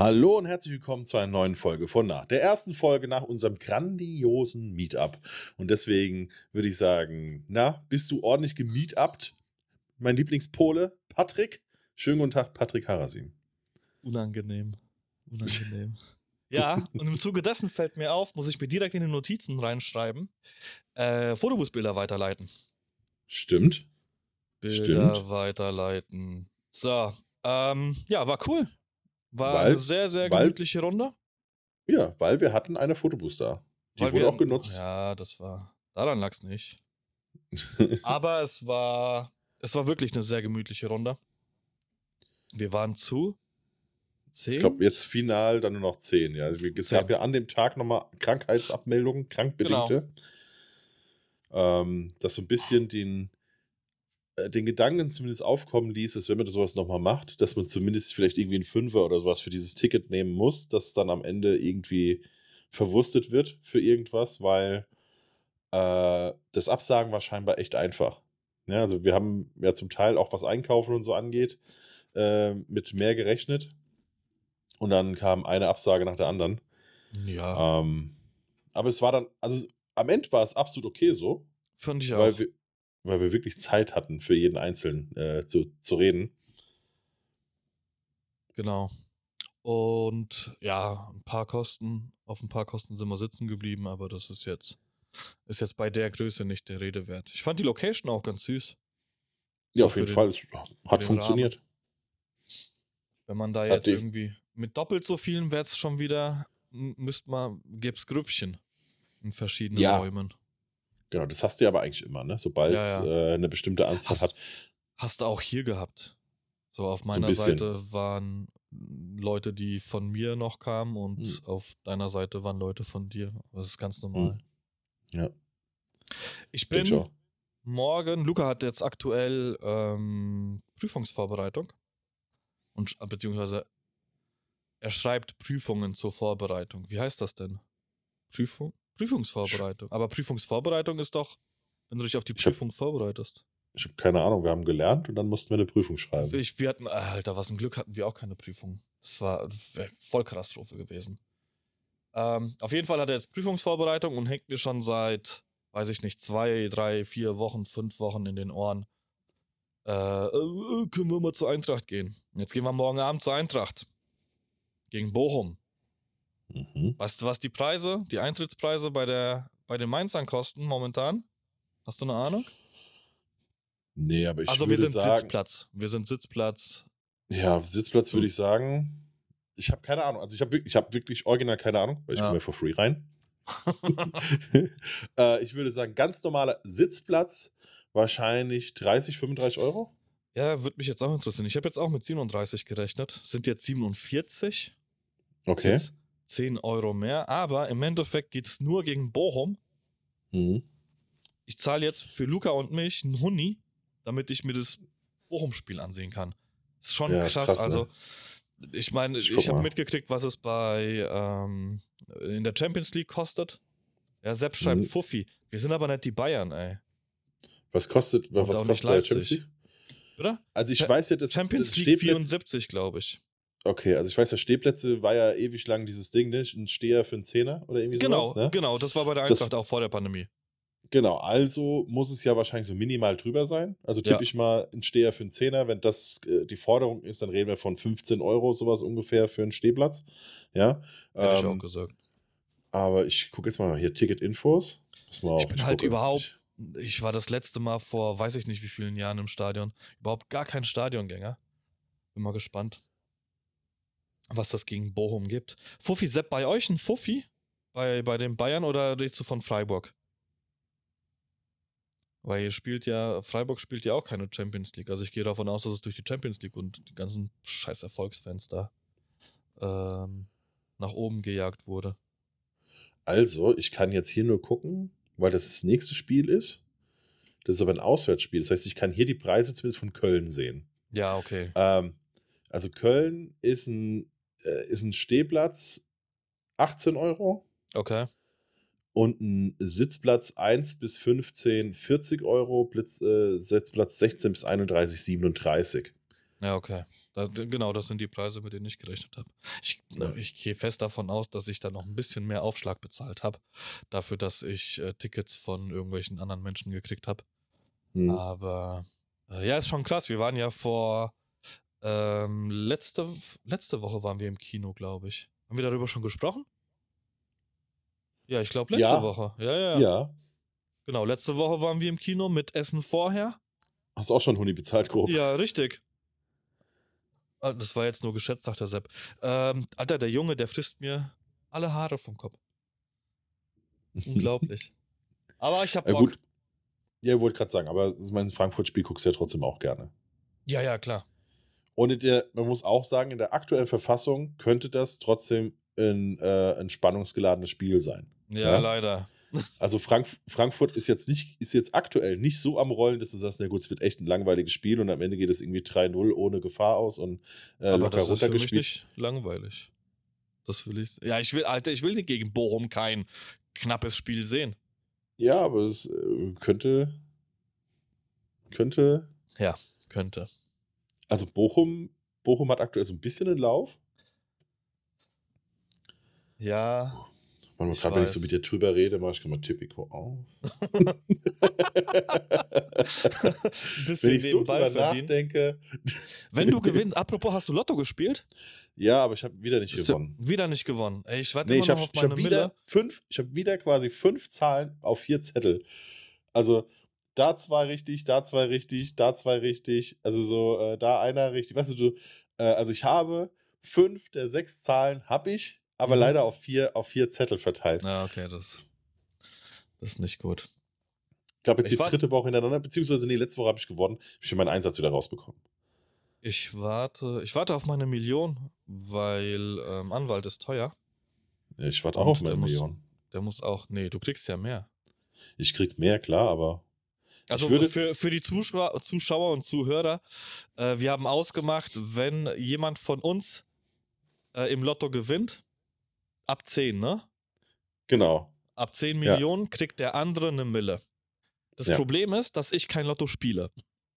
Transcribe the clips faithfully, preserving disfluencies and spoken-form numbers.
Hallo und herzlich willkommen zu einer neuen Folge von nach. Der ersten Folge nach unserem grandiosen Meetup. Und deswegen würde ich sagen, na, bist du ordentlich gemeetupt? Mein Lieblingspole, Patrick. Schönen guten Tag, Patrick Harasim. Unangenehm. Unangenehm. Ja, und im Zuge dessen fällt mir auf, muss ich mir direkt in die Notizen reinschreiben, äh, Fotobus-Bilder weiterleiten. Stimmt. Bilder Stimmt. weiterleiten. So, ähm, ja, war cool. War eine Weil, sehr, sehr weil, gemütliche Runde. ja, weil wir hatten eine Fotobooth da. Die Weil wurde wir, auch genutzt. ja, das war, daran lag's nicht. Aber es war, es war wirklich eine sehr gemütliche Runde. Wir waren zu Ich glaube, zehn? jetzt final dann nur noch zehn. Ja. Also wir- es gab Zehn. ja an dem Tag nochmal Krankheitsabmeldungen, Genau. krankbedingte. Ähm, das so ein bisschen den, äh, den Gedanken zumindest aufkommen ließ, dass wenn man sowas nochmal macht, dass man zumindest vielleicht irgendwie einen Fünfer oder sowas für dieses Ticket nehmen muss, das dann am Ende irgendwie verwurstet wird für irgendwas, weil äh, das Absagen war scheinbar echt einfach. Ja, also wir haben ja zum Teil auch was Einkaufen und so angeht, äh, mit mehr gerechnet und dann kam eine Absage nach der anderen. Ja, Ähm, aber es war dann, also am Ende war es absolut okay so, fand ich weil auch. wir, weil wir wirklich Zeit hatten, für jeden Einzelnen äh, zu, zu reden. Genau. Und ja, ein paar Kosten, auf ein paar Kosten sind wir sitzen geblieben, aber das ist jetzt, ist jetzt bei der Größe nicht der Rede wert. Ich fand die Location auch ganz süß. Ja, So auf für jeden Fall. den, Es für hat den Rahmen. funktioniert. Wenn man da Hat jetzt def irgendwie mit doppelt so vielen wäre es schon wieder, m- müsste man, gäb's Grüppchen in verschiedenen ja, Räumen. genau. Das hast du ja aber eigentlich immer, ne? Sobald Ja, es ja. äh, eine bestimmte Anzahl Hast, hat. hast du auch hier gehabt. So auf So ein meiner bisschen. Seite waren Leute, die von mir noch kamen Hm. und auf deiner Seite waren Leute von dir. Das ist ganz Hm. normal. Ja, Ich denke ich bin auch. morgen, Luca hat jetzt aktuell ähm, Prüfungsvorbereitung und beziehungsweise er schreibt Prüfungen zur Vorbereitung. Wie heißt das denn? Prüfung? Ich, Prüfungsvorbereitung. Aber Prüfungsvorbereitung ist doch, wenn du dich auf die ich habe Prüfung vorbereitest. ich hab keine Ahnung. Wir haben gelernt und dann mussten wir eine Prüfung schreiben. Ich, wir hatten, Alter, was ein Glück hatten wir auch keine Prüfung. Das war wär voll Katastrophe gewesen. Ähm, auf jeden Fall hat er jetzt Prüfungsvorbereitung und hängt mir schon seit, weiß ich nicht, zwei, drei, vier Wochen, fünf Wochen in den Ohren. Äh, äh, können wir mal zur Eintracht gehen? Und jetzt gehen wir morgen Abend zur Eintracht. Gegen Bochum. Mhm. Weißt du, was die Preise, die Eintrittspreise bei, der, bei den Mainzern kosten momentan? Hast du eine Ahnung? Nee, aber ich Also wir würde sind sagen, Sitzplatz. Wir sind Sitzplatz. ja, Sitzplatz würde Hm. ich sagen. Ich habe keine Ahnung. Also ich habe wirklich, ich hab wirklich original keine Ahnung, weil ich komme Ja. ja for free rein. äh, ich würde sagen, ganz normaler Sitzplatz, wahrscheinlich dreißig, fünfunddreißig Euro. Ja, würde mich jetzt auch interessieren. Ich habe jetzt auch mit siebenunddreißig gerechnet. Sind jetzt siebenundvierzig. Ist Okay. jetzt zehn Euro mehr. Aber im Endeffekt geht es nur gegen Bochum. Mhm. Ich zahle jetzt für Luca und mich einen Huni, damit ich mir das Bochum-Spiel ansehen kann. Ist schon Ja, ist krass. krass, ne? Also, ich meine, Ich guck ich habe mal. mitgekriegt, was es bei ähm, in der Champions League kostet. Ja, Sepp schreibt Mhm. Fuffi. Wir sind aber nicht die Bayern, ey. Was kostet, wa- Und was auch nicht kostet bei der Champions Leipzig. League? Oder? Also ich Cha weiß ja, dass, Champions dass League Stehplätze, vierundsiebzig, glaube ich. okay, also ich weiß ja, Stehplätze war ja ewig lang dieses Ding, ne? Ein Steher für einen Zehner oder irgendwie sowas, Genau, ne? genau. Das war bei der Das, Eintracht auch vor der Pandemie. genau, also muss es ja wahrscheinlich so minimal drüber sein. Also Ja, tippe ich mal ein Steher für einen Zehner. Wenn das äh, die Forderung ist, dann reden wir von fünfzehn Euro, sowas ungefähr für einen Stehplatz. Ja, hätte ich auch ähm, gesagt. aber ich gucke jetzt mal hier Ticket-Infos. Pass mal Ich auf, bin ich halt gucke. überhaupt, Ich, ich war das letzte Mal vor, weiß ich nicht wie vielen Jahren im Stadion, überhaupt gar kein Stadiongänger. Bin mal gespannt, was das gegen Bochum gibt. Fuffi, Sepp, bei euch ein Fuffi? Bei, bei den Bayern oder redest du von Freiburg? Weil ihr spielt ja, Freiburg spielt ja auch keine Champions League. Also ich gehe davon aus, dass es durch die Champions League und die ganzen scheiß Erfolgsfans da ähm, nach oben gejagt wurde. also, ich kann jetzt hier nur gucken, weil das das nächste Spiel ist. Das ist aber ein Auswärtsspiel. Das heißt, ich kann hier die Preise zumindest von Köln sehen. Ja, okay. Ähm, also Köln ist ein, äh, ist ein Stehplatz achtzehn Euro Okay. und ein Sitzplatz eins bis fünfzehn vierzig Euro, Blitz, äh, Sitzplatz sechzehn bis einunddreißig siebenunddreißig. Ja, okay. Da, d- genau, das sind die Preise, mit denen ich gerechnet habe. Ich, Ja. ich gehe fest davon aus, dass ich da noch ein bisschen mehr Aufschlag bezahlt habe, dafür, dass ich äh, Tickets von irgendwelchen anderen Menschen gekriegt habe. Hm. Aber äh, ja, ist schon krass. Wir waren ja vor ähm, letzte, letzte Woche waren wir im Kino, glaube ich. Haben wir darüber schon gesprochen? Ja, ich glaube letzte Ja, Woche. Ja, ja, ja. ja. Genau, letzte Woche waren wir im Kino mit Essen vorher. Hast auch schon Huni bezahlt, grob. Ja, richtig. Ah, das war jetzt nur geschätzt, sagt der Sepp. Ähm, Alter, der Junge, der frisst mir alle Haare vom Kopf. Unglaublich. Aber ich hab Ja, Bock. gut. Ja, wollte gerade sagen, aber mein Frankfurt-Spiel guckst du ja trotzdem auch gerne. Ja, ja, klar. Und in der, man muss auch sagen, in der aktuellen Verfassung könnte das trotzdem ein, äh, ein spannungsgeladenes Spiel sein. Ja, Ja? leider. Also Frank Frankfurt ist jetzt nicht, ist jetzt aktuell nicht so am Rollen, dass du sagst, na gut, es wird echt ein langweiliges Spiel und am Ende geht es irgendwie drei null ohne Gefahr aus und äh, Aber locker das ist für mich runtergespielt. nicht langweilig. Das will ich. Ja, ich will, Alter, ich will nicht gegen Bochum kein knappes Spiel sehen. Ja, aber es äh, könnte, könnte, Ja, könnte. also Bochum, Bochum hat aktuell so ein bisschen einen Lauf. Ja, Warte mal, ich gerade wenn ich so weiß. mit dir drüber rede, mache ich gerade mal Tipico auf. Ein Wenn bisschen ich so nebenbei drüber verdienen. nachdenke. Wenn du gewinnst, apropos, hast du Lotto gespielt? Ja, aber ich habe wieder nicht Hast du gewonnen. wieder nicht gewonnen. Ey, ich warte Nee, immer ich habe noch auf ich hab meine wieder Mille. fünf, ich habe wieder quasi fünf Zahlen auf vier Zettel. Also da zwei richtig, da zwei richtig, da zwei richtig, also so äh, da einer richtig. Weißt du, du äh, also ich habe fünf der sechs Zahlen habe ich, aber Mhm. leider auf vier, auf vier Zettel verteilt. Ja, okay, das, das ist nicht gut. Ich glaube jetzt Ich die warte, dritte Woche hintereinander, beziehungsweise nee, letzte Woche habe ich gewonnen. Ich habe meinen Einsatz wieder rausbekommen. ich warte, ich warte auf meine Million, weil ähm, Anwalt ist teuer Ich warte auch auf und der meine muss, Million. der muss auch, nee, du kriegst ja mehr. Ich krieg mehr, klar, aber ich Also würde. für, für die Zuschauer, Zuschauer und Zuhörer, äh, wir haben ausgemacht, wenn jemand von uns äh, im Lotto gewinnt, ab zehn, ne? Genau. Ab zehn Ja. Millionen kriegt der andere eine Mille. Das Ja. Problem ist, dass ich kein Lotto spiele.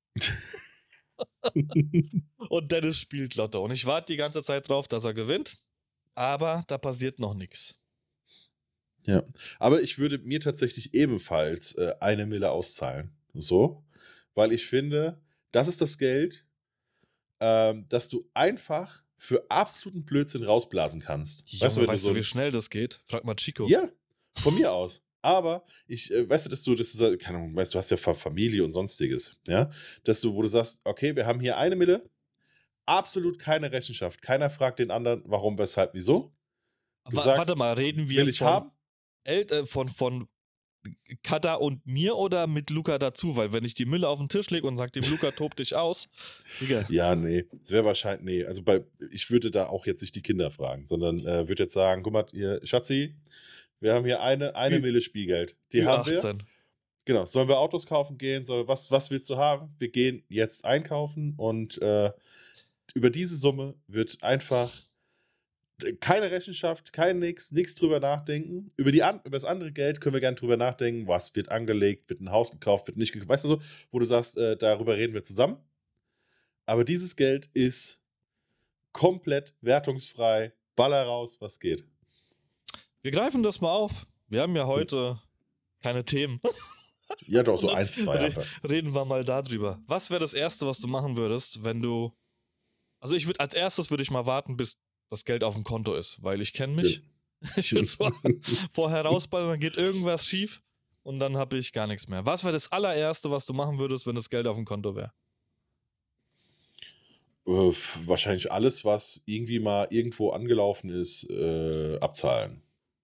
Und Dennis spielt Lotto. Und ich warte die ganze Zeit drauf, dass er gewinnt. Aber da passiert noch nichts. Ja. Aber ich würde mir tatsächlich ebenfalls äh, eine Mille auszahlen. So. Weil ich finde, das ist das Geld, ähm, das du einfach für absoluten Blödsinn rausblasen kannst. Weißt du, Junge, wenn du weißt so du, wie ein. schnell das geht? Frag mal Chico. Ja, von mir aus. Aber ich, äh, weißt du, dass du, dass du, sag- keine Ahnung, weißt du, hast ja Fa- Familie und sonstiges, ja, dass du, wo du sagst, okay, wir haben hier eine Mille, absolut keine Rechenschaft, keiner fragt den anderen, warum, weshalb, wieso. Du Wa warte sagst, mal, reden wir will ich von, haben? El äh, von, von Kada und mir oder mit Luca dazu? Weil wenn ich die Mille auf den Tisch lege und sag dem Luca, tob dich aus, Digga. Ja, nee, es wäre wahrscheinlich, nee, also bei, ich würde da auch jetzt nicht die Kinder fragen, sondern äh, würde jetzt sagen, guck mal, ihr Schatzi, wir haben hier eine, eine Ü- Mille Spielgeld, die haben wir. Ü achtzehn. Genau, sollen wir Autos kaufen gehen? Soll, was, was willst du haben? Wir gehen jetzt einkaufen und äh, über diese Summe wird einfach d- keine Rechenschaft, kein nix, nichts drüber nachdenken. Über, die an, über das andere Geld können wir gerne drüber nachdenken, was wird angelegt, wird ein Haus gekauft, wird nicht gekauft, weißt du so, wo du sagst, äh, darüber reden wir zusammen. Aber dieses Geld ist komplett wertungsfrei, Baller raus, was geht. Wir greifen das mal auf. Wir haben ja Hm. heute keine Themen. Ja, doch, so Und dann eins, zwei re haben wir. reden wir mal darüber. Was wäre das Erste, was du machen würdest, wenn du. Also ich würde als erstes würde ich mal warten, bis das Geld auf dem Konto ist, weil ich kenne mich. Ich würde zwar vorher rausballen, dann geht irgendwas schief und dann habe ich gar nichts mehr. Was wäre das allererste, was du machen würdest, wenn das Geld auf dem Konto wäre? Äh, f- wahrscheinlich alles, was irgendwie mal irgendwo angelaufen ist, äh, abzahlen.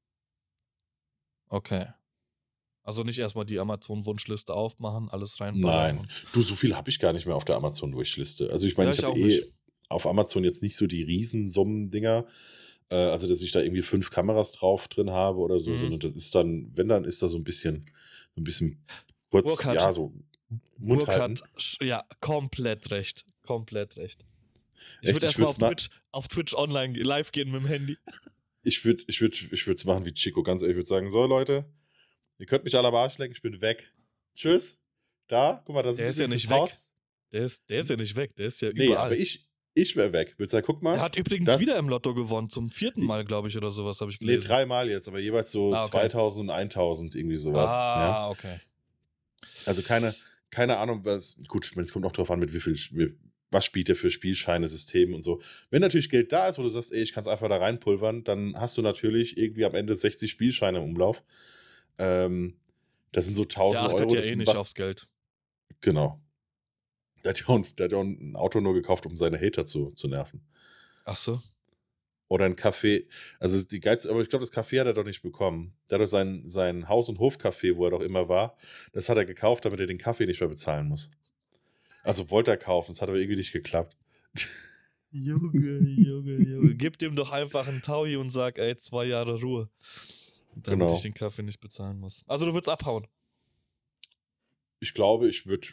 Okay. Also nicht erstmal die Amazon-Wunschliste aufmachen, alles reinballern. Nein, Und du, so viel habe ich gar nicht mehr auf der Amazon-Durchliste. Also ich meine, ja, ich ich habe auch eh nicht. auf Amazon jetzt nicht so die Riesensummen-Dinger, äh, also dass ich da irgendwie fünf Kameras drauf drin habe oder so, Mhm. sondern das ist dann, wenn dann ist da so ein bisschen, so ein bisschen kurz, Burkhard, ja, so Mund halten. Burkhard, sch- ja, komplett recht. Komplett recht. Ich Echt, würde ich erstmal würde auf es ma Twitch, auf Twitch online live gehen mit dem Handy. ich würde ich würd, ich würd's machen wie Chico, ganz ehrlich. Ich würde sagen, so Leute, ihr könnt mich alle am Arsch lecken, ich bin weg. Tschüss. Da, guck mal, das Der ist ist ja übrigens nicht das weg. Haus. Der ist, der ist ja nicht weg, der ist ja Nee, aber überall. ich, Ich wäre weg. Würde sagen, guck mal. Er hat übrigens das, wieder im Lotto gewonnen, zum vierten Mal, glaube ich, oder sowas, habe ich Nee, gelesen. dreimal jetzt, aber jeweils so Ah, okay. zweitausend und eintausend, irgendwie sowas. Ah, Ja? okay. Also keine, keine Ahnung, was. Gut, ich meine, es kommt auch darauf an, mit wie viel, wie, was spielt der für Spielscheine, System und so. Wenn natürlich Geld da ist, wo du sagst, ey, ich kann es einfach da reinpulvern, dann hast du natürlich irgendwie am Ende sechzig Spielscheine im Umlauf. Ähm, das sind so Der tausend achtet Euro. ja Das eh sind nicht was. aufs Geld. Genau. Der hat, ja auch, der hat ja auch ein Auto nur gekauft, um seine Hater zu, zu nerven. Ach so. Oder ein Café. Also die Geiz, aber ich glaube, das Café hat er doch nicht bekommen. Der hat doch sein, sein Haus- und Hofcafé, wo er doch immer war, das hat er gekauft, damit er den Kaffee nicht mehr bezahlen muss. Also wollte er kaufen, das hat aber irgendwie nicht geklappt. Junge, Junge, Junge. Gib dem doch einfach einen Taui und sag, ey, zwei Jahre Ruhe. Damit Genau. ich den Kaffee nicht bezahlen muss. Also du würdest abhauen. Ich glaube, ich würde.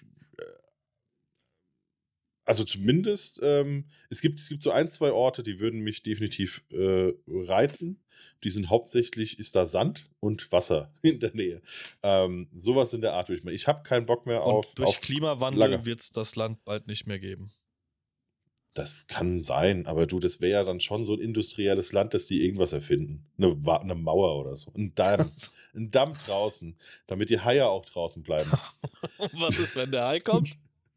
Also zumindest, ähm, es gibt, es gibt so ein, zwei Orte, die würden mich definitiv äh, reizen. Die sind hauptsächlich, ist da Sand und Wasser in der Nähe. Ähm, sowas in der Art würde ich mal. Ich habe keinen Bock mehr Und auf, durch auf Klimawandel lange. wird es das Land bald nicht mehr geben. Das kann sein, aber du, das wäre ja dann schon so ein industrielles Land, dass die irgendwas erfinden. Eine, Wa- eine Mauer oder so. Ein Damm. Ein Damm draußen, damit die Haie auch draußen bleiben. Was ist, wenn der Hai kommt?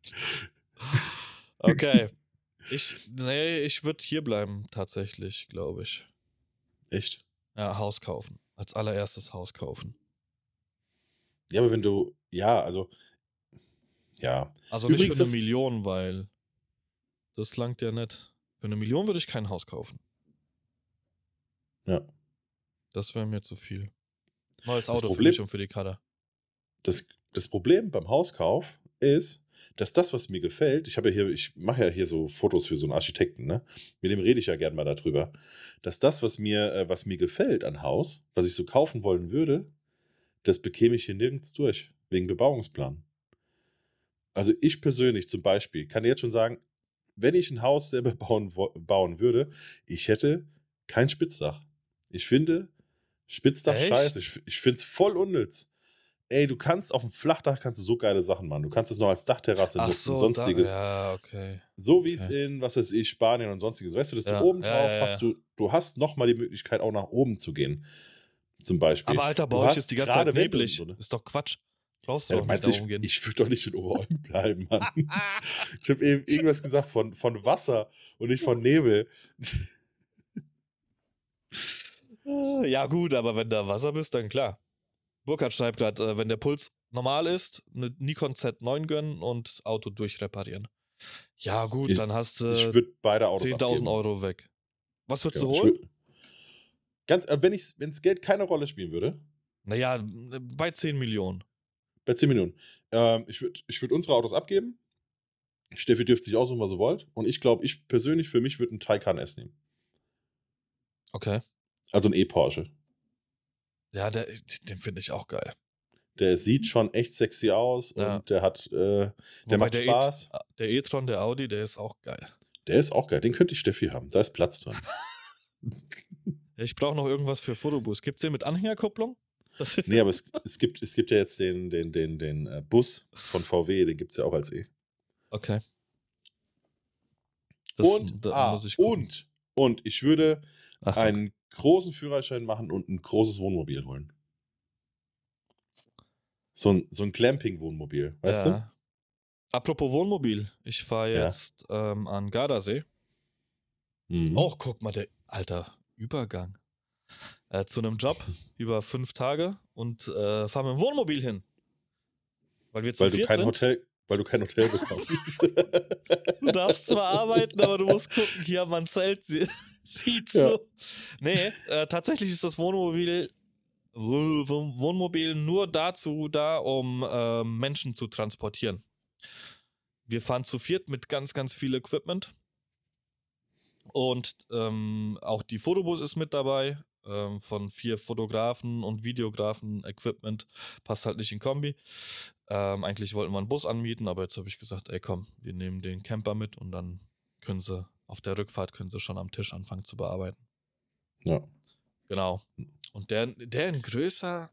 Okay. Ich, nee, ich würde hier bleiben, tatsächlich, glaube ich. Echt? Ja, Haus kaufen. Als allererstes Haus kaufen. Ja, aber wenn du, ja, also, ja. Also Übrigens, nicht für eine das, Million, weil das langt ja nicht. Für eine Million würde ich kein Haus kaufen. ja. Das wäre mir zu viel. Neues Das Auto für Problem, mich und für die Kader. das, das Problem beim Hauskauf ist, dass das, was mir gefällt, ich habe ja hier, ich mache ja hier so Fotos für so einen Architekten, ne? Mit dem rede ich ja gern mal darüber, dass das, was mir, äh, was mir gefällt an Haus, was ich so kaufen wollen würde, das bekäme ich hier nirgends durch, wegen Bebauungsplan. Also ich persönlich zum Beispiel kann jetzt schon sagen, wenn ich ein Haus selber bauen, wo- bauen würde, ich hätte kein Spitzdach. Ich finde Spitzdach scheiße. Echt? Ich, ich finde es voll unnütz. Ey, du kannst auf dem Flachdach kannst du so geile Sachen machen. Du kannst es noch als Dachterrasse Ach nutzen, so, da, sonstiges. ja, okay. So wie es Okay. in, was weiß ich, Spanien und sonstiges. Weißt du, dass du Ja, oben ja, ja, drauf hast, ja. du, du hast nochmal die Möglichkeit, auch nach oben zu gehen. Zum Beispiel. Aber Alter, bei Du euch ist die hast ganze Zeit gerade Wände und neblig. so, ne? Ist doch Quatsch. Brauchst du Ja, doch nicht meinst da du, ich, oben gehen. ich würde doch nicht in Oberhausen bleiben, Mann. Ich habe eben irgendwas gesagt von, von Wasser und nicht von Nebel. Ja, gut, aber wenn da Wasser bist, dann klar. Burkhard schreibt gerade, äh, wenn der Puls normal ist, eine Nikon Z neun gönnen und Auto durchreparieren. Ja, gut, Ich, dann hast ich du würde beide Autos zehntausend abgeben. Euro weg. Was würdest Ja, du ich holen? würd, ganz, äh, wenn ich, wenns Geld keine Rolle spielen würde, Naja, bei zehn Millionen. bei zehn Millionen, ähm, ich würde ich würd unsere Autos abgeben. Steffi dürfte sich aussuchen, was sie wollt. Und ich glaube, ich persönlich für mich würde einen Taycan S nehmen. Okay. Also ein E-Porsche. Ja, der, den finde ich auch geil. Der sieht schon echt sexy aus Ja. und der hat, äh, der Wobei macht der E- Spaß. Der e-tron, der Audi, der ist auch geil. Der ist auch geil. Den könnte ich Steffi haben. Da ist Platz drin. Ich brauche noch irgendwas für Fotobus. Gibt's den mit Anhängerkupplung? Das Nee, aber es, es, gibt, es gibt ja jetzt den, den, den, den äh, Bus von V W, den gibt es ja auch als E. Okay. Das, Und, da ah, muss ich gucken. und, und ich würde Achtung. einen großen Führerschein machen und ein großes Wohnmobil holen. So ein, so ein Glamping-Wohnmobil, weißt ja. Apropos Wohnmobil. Ich fahre Ja. jetzt ähm, an Gardasee. du? Mhm. Oh, guck mal, der alter Übergang. Äh, zu einem Job über fünf Tage und äh, fahre mit dem Wohnmobil hin. Weil wir zu Weil du viert kein sind. Hotel, weil du kein Hotel bekommst. Du darfst zwar arbeiten, aber du musst gucken, hier haben wir ein Zelt. Sie- Sieht Ja. so. Nee, äh, tatsächlich ist das Wohnmobil, Woh- Woh- Wohnmobil nur dazu da, um ähm, Menschen zu transportieren. Wir fahren zu viert mit ganz, ganz viel Equipment. Und ähm, auch die Fotobus ist mit dabei. Ähm, von vier Fotografen und Videografen. Equipment passt halt nicht in Kombi. Ähm, eigentlich wollten wir einen Bus anmieten, aber jetzt habe ich gesagt, ey komm, wir nehmen den Camper mit und dann können sie auf der Rückfahrt können sie schon am Tisch anfangen zu bearbeiten. Ja. Genau. Und der, der in größer.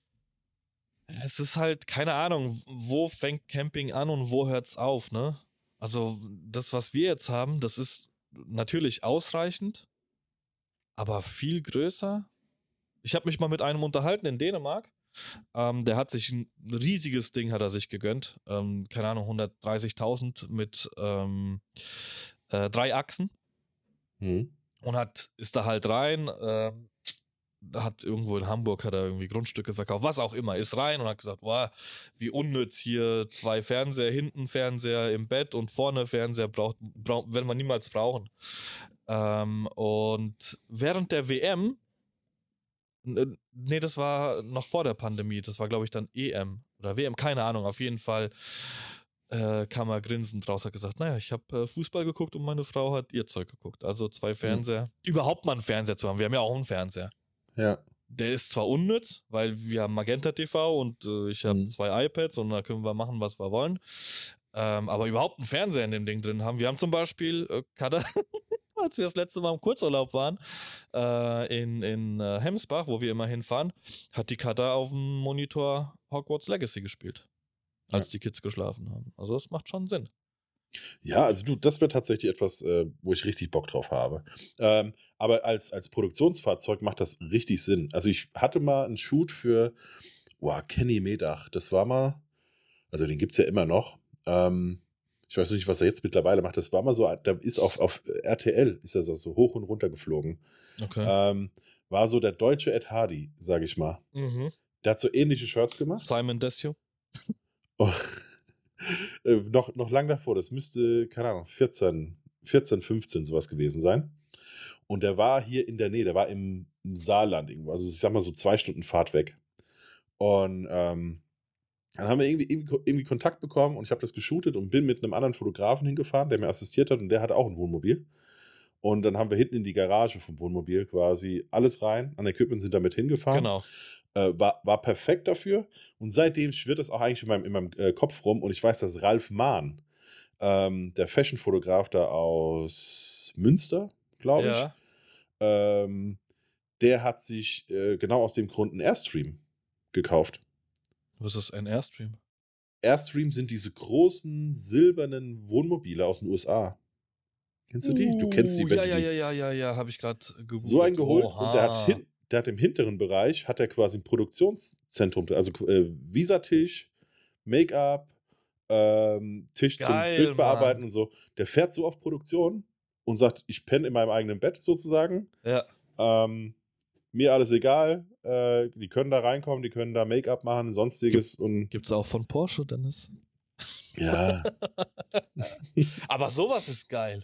Es ist halt, keine Ahnung, wo fängt Camping an und wo hört's auf, ne? Also das, was wir jetzt haben, das ist natürlich ausreichend, aber viel größer. Ich habe mich mal mit einem unterhalten in Dänemark. Ähm, der hat sich ein riesiges Ding hat er sich gegönnt. Ähm, keine Ahnung, hundertdreißigtausend mit ähm, äh, drei Achsen Mhm. und hat ist da halt rein. Ähm, hat irgendwo in Hamburg hat er irgendwie Grundstücke verkauft, was auch immer, ist rein und hat gesagt, boah, wie unnütz hier zwei Fernseher, hinten Fernseher im Bett und vorne Fernseher braucht, braucht werden wir niemals brauchen. Ähm, und während der W M, n- nee, das war noch vor der Pandemie, das war glaube ich dann E M oder W M, keine Ahnung, auf jeden Fall äh, kam er grinsend raus, hat gesagt, naja, ich habe äh, Fußball geguckt und meine Frau hat ihr Zeug geguckt. Also zwei Mhm. Fernseher. Überhaupt mal einen Fernseher zu haben, wir haben ja auch einen Fernseher. Ja. Der ist zwar unnütz, weil wir haben Magenta T V und äh, ich habe Mhm. zwei iPads und da können wir machen, was wir wollen. Ähm, aber überhaupt einen Fernseher in dem Ding drin haben. Wir haben zum Beispiel, äh, Kader, als wir das letzte Mal im Kurzurlaub waren, äh, in, in äh, Hemsbach, wo wir immer hinfahren, hat die Kader auf dem Monitor Hogwarts Legacy gespielt, Ja. als die Kids geschlafen haben. Also das macht schon Sinn. Ja, also du, das wird tatsächlich etwas, äh, wo ich richtig Bock drauf habe. Ähm, aber als, als Produktionsfahrzeug macht das richtig Sinn. Also ich hatte mal einen Shoot für, boah, Kenny Medach. Das war mal, also den gibt es ja immer noch. Ähm, ich weiß nicht, was er jetzt mittlerweile macht. Das war mal so, da ist auf, auf R T L, ist er so, so hoch und runter geflogen. Okay. Ähm, war so der deutsche Ed Hardy, sage ich mal. Mhm. Der hat so ähnliche Shirts gemacht. Simon Desio. Oh, äh, noch, noch lang davor, das müsste, keine Ahnung, vierzehn, vierzehn, fünfzehn sowas gewesen sein. Und der war hier in der Nähe, der war im, im Saarland irgendwo, also ich sag mal so zwei Stunden Fahrt weg. Und ähm, dann haben wir irgendwie, irgendwie, irgendwie Kontakt bekommen und ich habe das geshootet und bin mit einem anderen Fotografen hingefahren, der mir assistiert hat und der hatte auch ein Wohnmobil. Und dann haben wir hinten in die Garage vom Wohnmobil quasi alles rein, an Equipment sind damit hingefahren. Genau. Äh, war, war perfekt dafür. Und seitdem schwirrt das auch eigentlich in meinem, in meinem äh, Kopf rum. Und ich weiß, dass Ralf Mahn, ähm, der Fashion-Fotograf da aus Münster, glaube ich, Ja. ähm, der hat sich äh, genau aus dem Grund einen Airstream gekauft. Was ist ein Airstream? Airstream sind diese großen silbernen Wohnmobile aus den U S A. Kennst du die? Du kennst Uh, die, wenn ja, du ja, die ja, ja, ja, ja, habe ich gerade so einen gegoogelt. geholt und der hat, Oha. hin, der hat im hinteren Bereich, hat er quasi ein Produktionszentrum, also äh, Visatisch, Make-up, ähm, Tisch zum Geil, Bildbearbeiten Mann. und so. Der fährt so auf Produktion und sagt, ich penne in meinem eigenen Bett sozusagen. Ja. Ähm, mir alles egal. Äh, die können da reinkommen, die können da Make-up machen, Gibt, sonstiges und gibt's auch von Porsche, Dennis? ja. Aber sowas ist geil.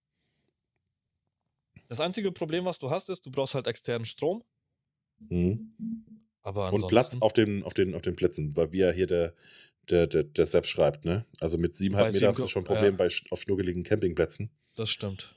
Das einzige Problem, was du hast, ist, du brauchst halt externen Strom. Mhm. Aber Und Platz ansonsten, auf den, auf den, auf den Plätzen, weil wie ja hier der, der, der, der Sepp schreibt, ne? Also mit siebeneinhalb bei Meter sieben, hast du schon ein ja, Problem bei, sch- auf schnuckeligen Campingplätzen. das stimmt.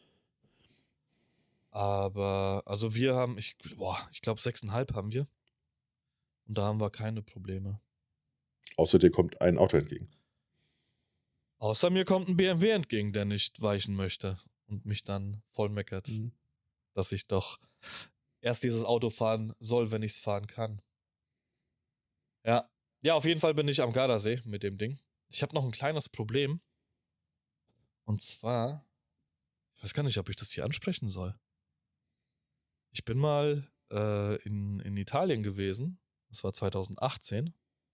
Aber, also wir haben, ich, boah, ich glaube sechseinhalb haben wir. Und da haben wir keine Probleme. Außer dir kommt ein Auto entgegen. Außer mir kommt ein B M W entgegen, der nicht weichen möchte und mich dann voll meckert, Mhm. dass ich doch erst dieses Auto fahren soll, wenn ich es fahren kann. Ja. Ja, auf jeden Fall bin ich am Gardasee mit dem Ding. Ich habe noch ein kleines Problem. Und zwar, ich weiß gar nicht, ob ich das hier ansprechen soll. Ich bin mal äh, in, in Italien gewesen. Das war zwanzig achtzehn.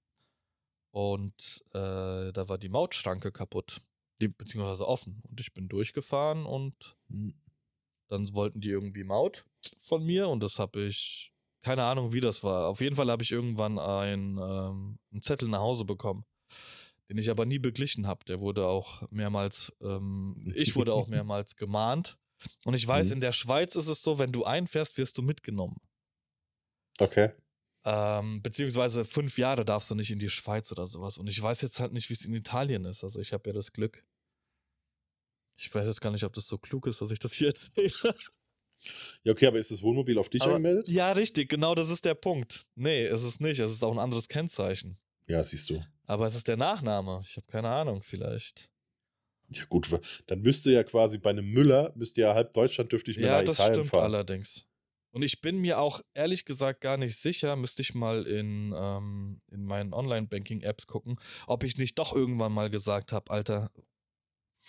Und äh, da war die Mautschranke kaputt. Die, beziehungsweise offen. Und ich bin durchgefahren und Mhm. dann wollten die irgendwie Maut von mir. Und das habe ich, keine Ahnung, wie das war. Auf jeden Fall habe ich irgendwann ein, ähm, einen Zettel nach Hause bekommen, den ich aber nie beglichen habe. Der wurde auch mehrmals, ähm, ich wurde auch mehrmals gemahnt. Und ich weiß, Mhm. in der Schweiz ist es so, wenn du einfährst, wirst du mitgenommen. Okay. Ähm, beziehungsweise fünf Jahre darfst du nicht in die Schweiz oder sowas. Und ich weiß jetzt halt nicht, wie es in Italien ist. Also ich habe ja das Glück. Ich weiß jetzt gar nicht, ob das so klug ist, dass ich das hier erzähle. Ja, okay, aber ist das Wohnmobil auf dich Aber angemeldet? ja, richtig, genau das ist der Punkt. Nee, es ist nicht. Es ist auch ein anderes Kennzeichen. Ja, siehst du. Aber es ist der Nachname. Ich habe keine Ahnung, vielleicht. Ja, gut, w- dann müsste ja quasi bei einem Müller, müsste ja halb Deutschland dürfte ich mehr nach Ja, das Italien stimmt fahren. allerdings. Und ich bin mir auch ehrlich gesagt gar nicht sicher, müsste ich mal in, ähm, in meinen Online-Banking-Apps gucken, ob ich nicht doch irgendwann mal gesagt habe, Alter,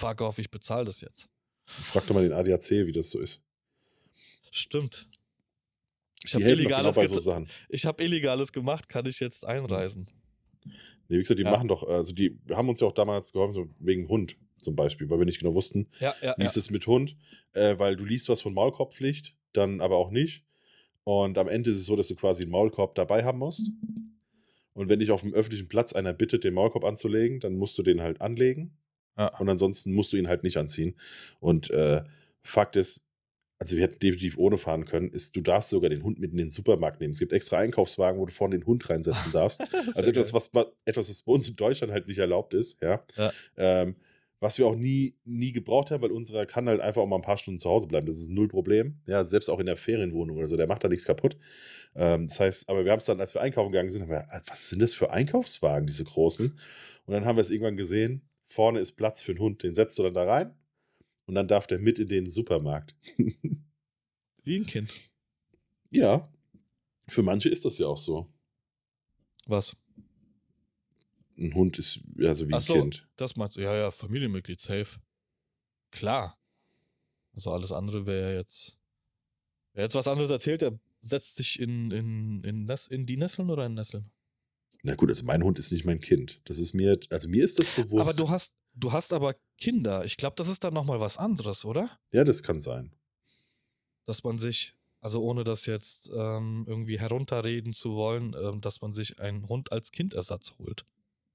fuck off, ich bezahle das jetzt. Frag doch mal den A D A C, wie das so ist. Stimmt. Ich Die habe helfen doch genau Illegales, bei so get Sachen. ich hab Illegales gemacht, kann ich jetzt Hm. einreisen? Nee, wie gesagt, die Ja. machen doch, also die haben uns ja auch damals geholfen, so wegen Hund zum Beispiel, weil wir nicht genau wussten, Ja, ja, wie ja. ist es mit Hund, äh, weil du liest was von Maulkorbpflicht, dann aber auch nicht. Und am Ende ist es so, dass du quasi einen Maulkorb dabei haben musst. Und wenn dich auf dem öffentlichen Platz einer bittet, den Maulkorb anzulegen, dann musst du den halt anlegen. Ja. Und ansonsten musst du ihn halt nicht anziehen. Und äh, Fakt ist, also wir hätten definitiv ohne fahren können, ist, du darfst sogar den Hund mit in den Supermarkt nehmen. Es gibt extra Einkaufswagen, wo du vorne den Hund reinsetzen darfst. Also Sehr etwas, geil. was, ba- etwas, was bei uns in Deutschland halt nicht erlaubt ist, ja. Ja. Ähm, was wir auch nie, nie gebraucht haben, weil unserer kann halt einfach auch mal ein paar Stunden zu Hause bleiben. Das ist null Problem. Ja, selbst auch in der Ferienwohnung oder so, der macht da nichts kaputt. Ähm, das heißt, aber wir haben es dann, als wir einkaufen gegangen sind, haben wir, "Ah, was sind das für Einkaufswagen, diese großen?" Und dann haben wir es irgendwann gesehen, vorne ist Platz für einen Hund, den setzt du dann da rein und dann darf der mit in den Supermarkt. Wie ein Kind. Ja, für manche ist das ja auch so. Was? Ein Hund ist ja so wie ein Ach so, Kind. das meinst du? Ja, ja, Familienmitglied, safe. Klar. Also alles andere wäre jetzt. Wer jetzt was anderes erzählt, der setzt sich in, in, in, Ness, in die Nesseln oder in Nesseln. Na gut, also mein Hund ist nicht mein Kind. Das ist mir, also mir ist das bewusst. Aber du hast, du hast aber Kinder. Ich glaube, das ist dann nochmal was anderes, oder? Ja, das kann sein. Dass man sich, also ohne das jetzt ähm, irgendwie herunterreden zu wollen, ähm, dass man sich einen Hund als Kindersatz holt.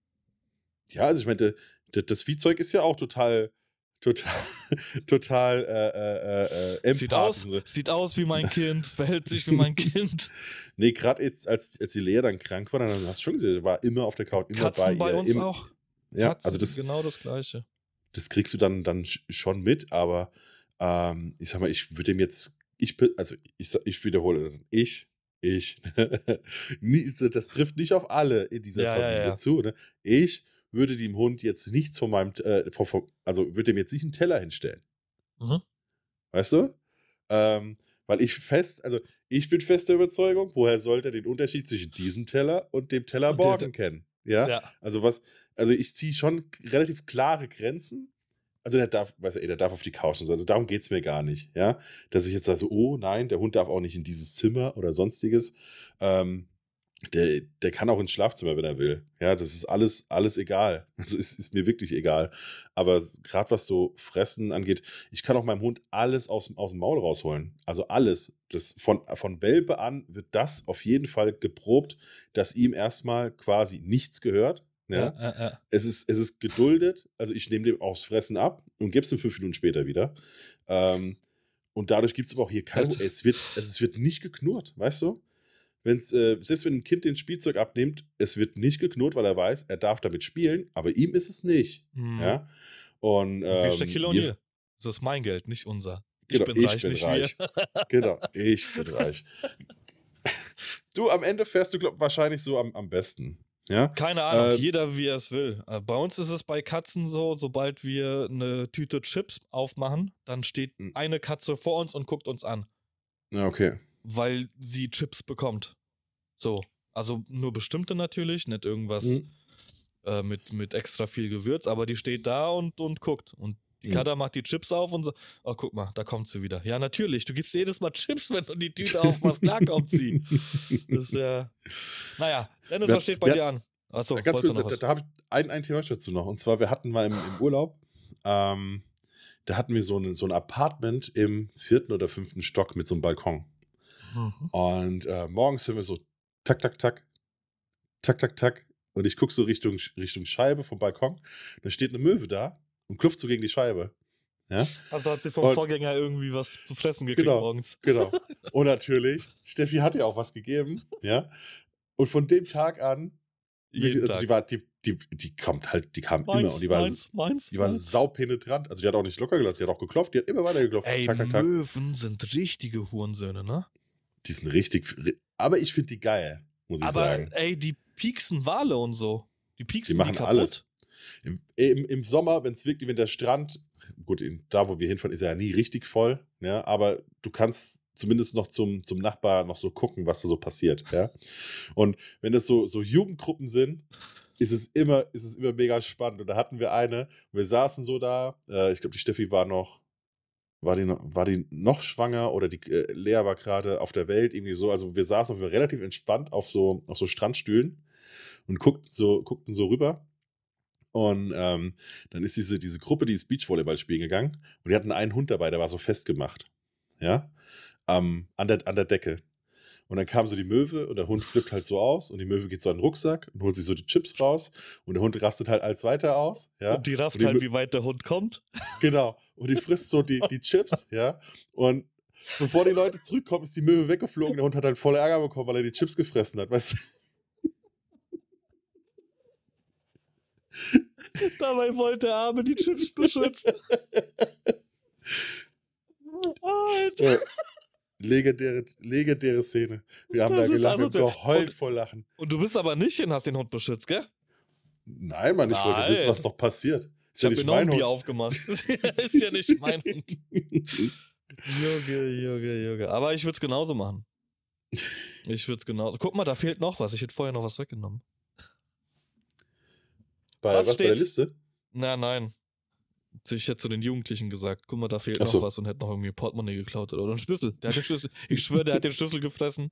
Ja, also ich meine, das, das Viehzeug ist ja auch total, total, total äh, äh, äh, Sieht empathisch. aus, und so. sieht aus wie mein Kind, verhält sich wie mein Kind. Nee, gerade jetzt, als, als die Lea dann krank war, dann hast du schon gesehen, der war immer auf der Couch, immer Katzen bei bei ihr. uns im, auch. Ja, Katzen, also das, genau das Gleiche. das kriegst du dann, dann sch- schon mit, aber ähm, ich sag mal, ich würde dem jetzt, ich, bin- also ich, sa- ich wiederhole, ich, ich, nie- das trifft nicht auf alle in dieser Ja, ja, Familie ja. zu. Ne? Ich würde dem Hund jetzt nichts von meinem, äh, von, von, also würde dem jetzt nicht einen Teller hinstellen. Mhm. Weißt du? Ähm, weil ich fest, also ich bin fest der Überzeugung, woher sollte er den Unterschied zwischen diesem Teller und dem Teller Und der- morgen kennen? Ja? Ja. Also was, also ich ziehe schon relativ klare Grenzen. Also der darf, weißt du, ey, der darf auf die Couch und so. Also darum geht es mir gar nicht, ja. Dass ich jetzt sage, so, oh nein, der Hund darf auch nicht in dieses Zimmer oder sonstiges. Ähm, der, der kann auch ins Schlafzimmer, wenn er will. Ja, das ist alles, alles egal. Also ist, ist mir wirklich egal. Aber gerade was so Fressen angeht, ich kann auch meinem Hund alles aus, dem- aus dem Maul rausholen. Also alles. Das von, von Welpe an wird das auf jeden Fall geprobt, dass ihm erstmal quasi nichts gehört. Ja, Ja? ja, ja. Es ist, es ist geduldet. Also ich nehme dem aufs Fressen ab und gebe es ihm fünf Minuten später wieder. Ähm, und dadurch gibt es aber auch hier keine. Alter. Es wird, also es wird nicht geknurrt, weißt du? Wenn's, äh, selbst wenn ein Kind den Spielzeug abnimmt, es wird nicht geknurrt, weil er weiß, er darf damit spielen, aber ihm ist es nicht. Mhm. Ja? Und, Wie ähm, Shaquille wir- O'Neal. Das ist mein Geld, nicht unser. Genau, ich bin ich reich, bin nicht reich. wir. Genau, ich bin reich. Du, am Ende fährst du glaub, wahrscheinlich so am, am besten. Ja? Keine Ahnung, Äh, jeder wie er es will. Äh, Bei uns ist es bei Katzen so, sobald wir eine Tüte Chips aufmachen, dann steht Mhm. eine Katze vor uns und guckt uns an, ja, okay. weil sie Chips bekommt. So. Also nur bestimmte natürlich, nicht irgendwas Mhm. äh, mit, mit extra viel Gewürz, aber die steht da und, und guckt. Und die Mhm. Kada macht die Chips auf und so, oh, guck mal, da kommt sie wieder. Ja, natürlich, du gibst jedes Mal Chips, wenn du die Tüte aufmachst, klar kommt sie. Das ist ja. Naja, Dennis, Wer- was steht bei wer- dir an? Achso, Ganz wolltest du kurz, noch da, was? da habe ich ein, ein Thema dazu noch. Und zwar, wir hatten mal im, im Urlaub, ähm, da hatten wir so ein, so ein Apartment im vierten oder fünften Stock mit so einem Balkon. Mhm. Und äh, morgens hören wir so tak, tak, tak, tak, tak, tak. Und ich gucke so Richtung, Richtung Scheibe vom Balkon. Da steht eine Möwe da und klopft so gegen die Scheibe. Ja? Also hat sie vom Und- Vorgänger irgendwie was zu fressen gekriegt Genau. morgens. Genau. Und natürlich, Steffi hat ja auch was gegeben. Ja. Und von dem Tag an, wirklich, Jeden also Tag. die war, die, die, die kommt halt, die kam immer Meins, und die war, meins, meins, die war meins. saupenetrant. Also die hat auch nicht locker gelassen, die hat auch geklopft, die hat immer weiter geklopft. Ey, tak, tak, tak. Möwen sind richtige Hurensöhne, ne? Die sind richtig, aber ich finde die geil, muss ich Aber sagen. ey, die pieksen Wale und so. Die pieksen Die machen kaputt. alles. Im, im, im Sommer, wenn es wirklich, wenn der Strand, gut, in, da wo wir hinfahren, ist er ja nie richtig voll, ja, aber du kannst zumindest noch zum, zum Nachbar noch so gucken, was da so passiert, ja. Und wenn das so, so Jugendgruppen sind, ist es immer, ist es immer mega spannend. Und da hatten wir eine, wir saßen so da, äh, ich glaube, die Steffi war noch, war die, noch, war die noch schwanger oder die äh, Lea war gerade auf der Welt, irgendwie so. Also wir saßen auf, relativ entspannt auf so, auf so Strandstühlen und guckten so, guckten so rüber. Und ähm, dann ist diese, diese Gruppe, die ist Beachvolleyball spielen gegangen und die hatten einen Hund dabei, der war so festgemacht. Ja, ähm, an, der, an der Decke. Und dann kam so die Möwe und der Hund flippt halt so aus und die Möwe geht so an den Rucksack und holt sich so die Chips raus und der Hund rastet halt als weiter aus. Ja? Und die rafft Und die halt, Mö- wie weit der Hund kommt. Genau. Und die frisst so die, die Chips, ja. Und bevor die Leute zurückkommen, ist die Möwe weggeflogen. Der Hund hat halt voll Ärger bekommen, weil er die Chips gefressen hat, weißt du? Dabei wollte der Arme die Chips beschützen. Alter. Ja. Legendäre, legendäre Szene. Wir haben Das da ist gelacht, wir haben asozial. geheult Und- vor Lachen. Und du bist aber nicht hin, hast den Hund beschützt, gell? Nein, Mann, ich wollte wissen, was Nein. noch passiert. Ist Ich ja hab mir nicht noch ein mein Bier Hund. aufgemacht. Ist ja nicht mein Hund. Junge, Junge, Junge. Aber ich würde es genauso machen. Ich würde es genauso. Guck mal, da fehlt noch was. Ich hätte vorher noch was weggenommen. Bei Was was, bei der steht? Liste? Na, nein. Ich hätte zu den Jugendlichen gesagt, guck mal, da fehlt Ach noch so. was und hätte noch irgendwie ein Portemonnaie geklaut oder einen Schlüssel. Der hat den Schlüssel. Ich schwöre, der hat den Schlüssel gefressen.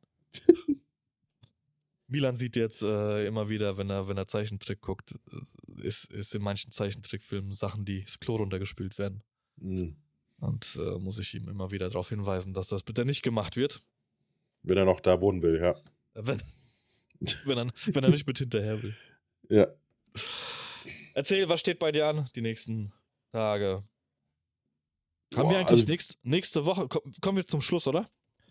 Milan sieht jetzt äh, immer wieder, wenn er, wenn er Zeichentrick guckt, äh, ist, ist in manchen Zeichentrickfilmen Sachen, die das Klo runtergespült werden. Hm. Und äh, muss ich ihm immer wieder darauf hinweisen, dass das bitte nicht gemacht wird. Wenn er noch da wohnen will, ja. Wenn, wenn, er, wenn er nicht mit hinterher will. Ja. Erzähl, was steht bei dir an die nächsten Tage? Haben Boah, wir eigentlich also- nächst, nächste Woche, komm, kommen wir zum Schluss, oder?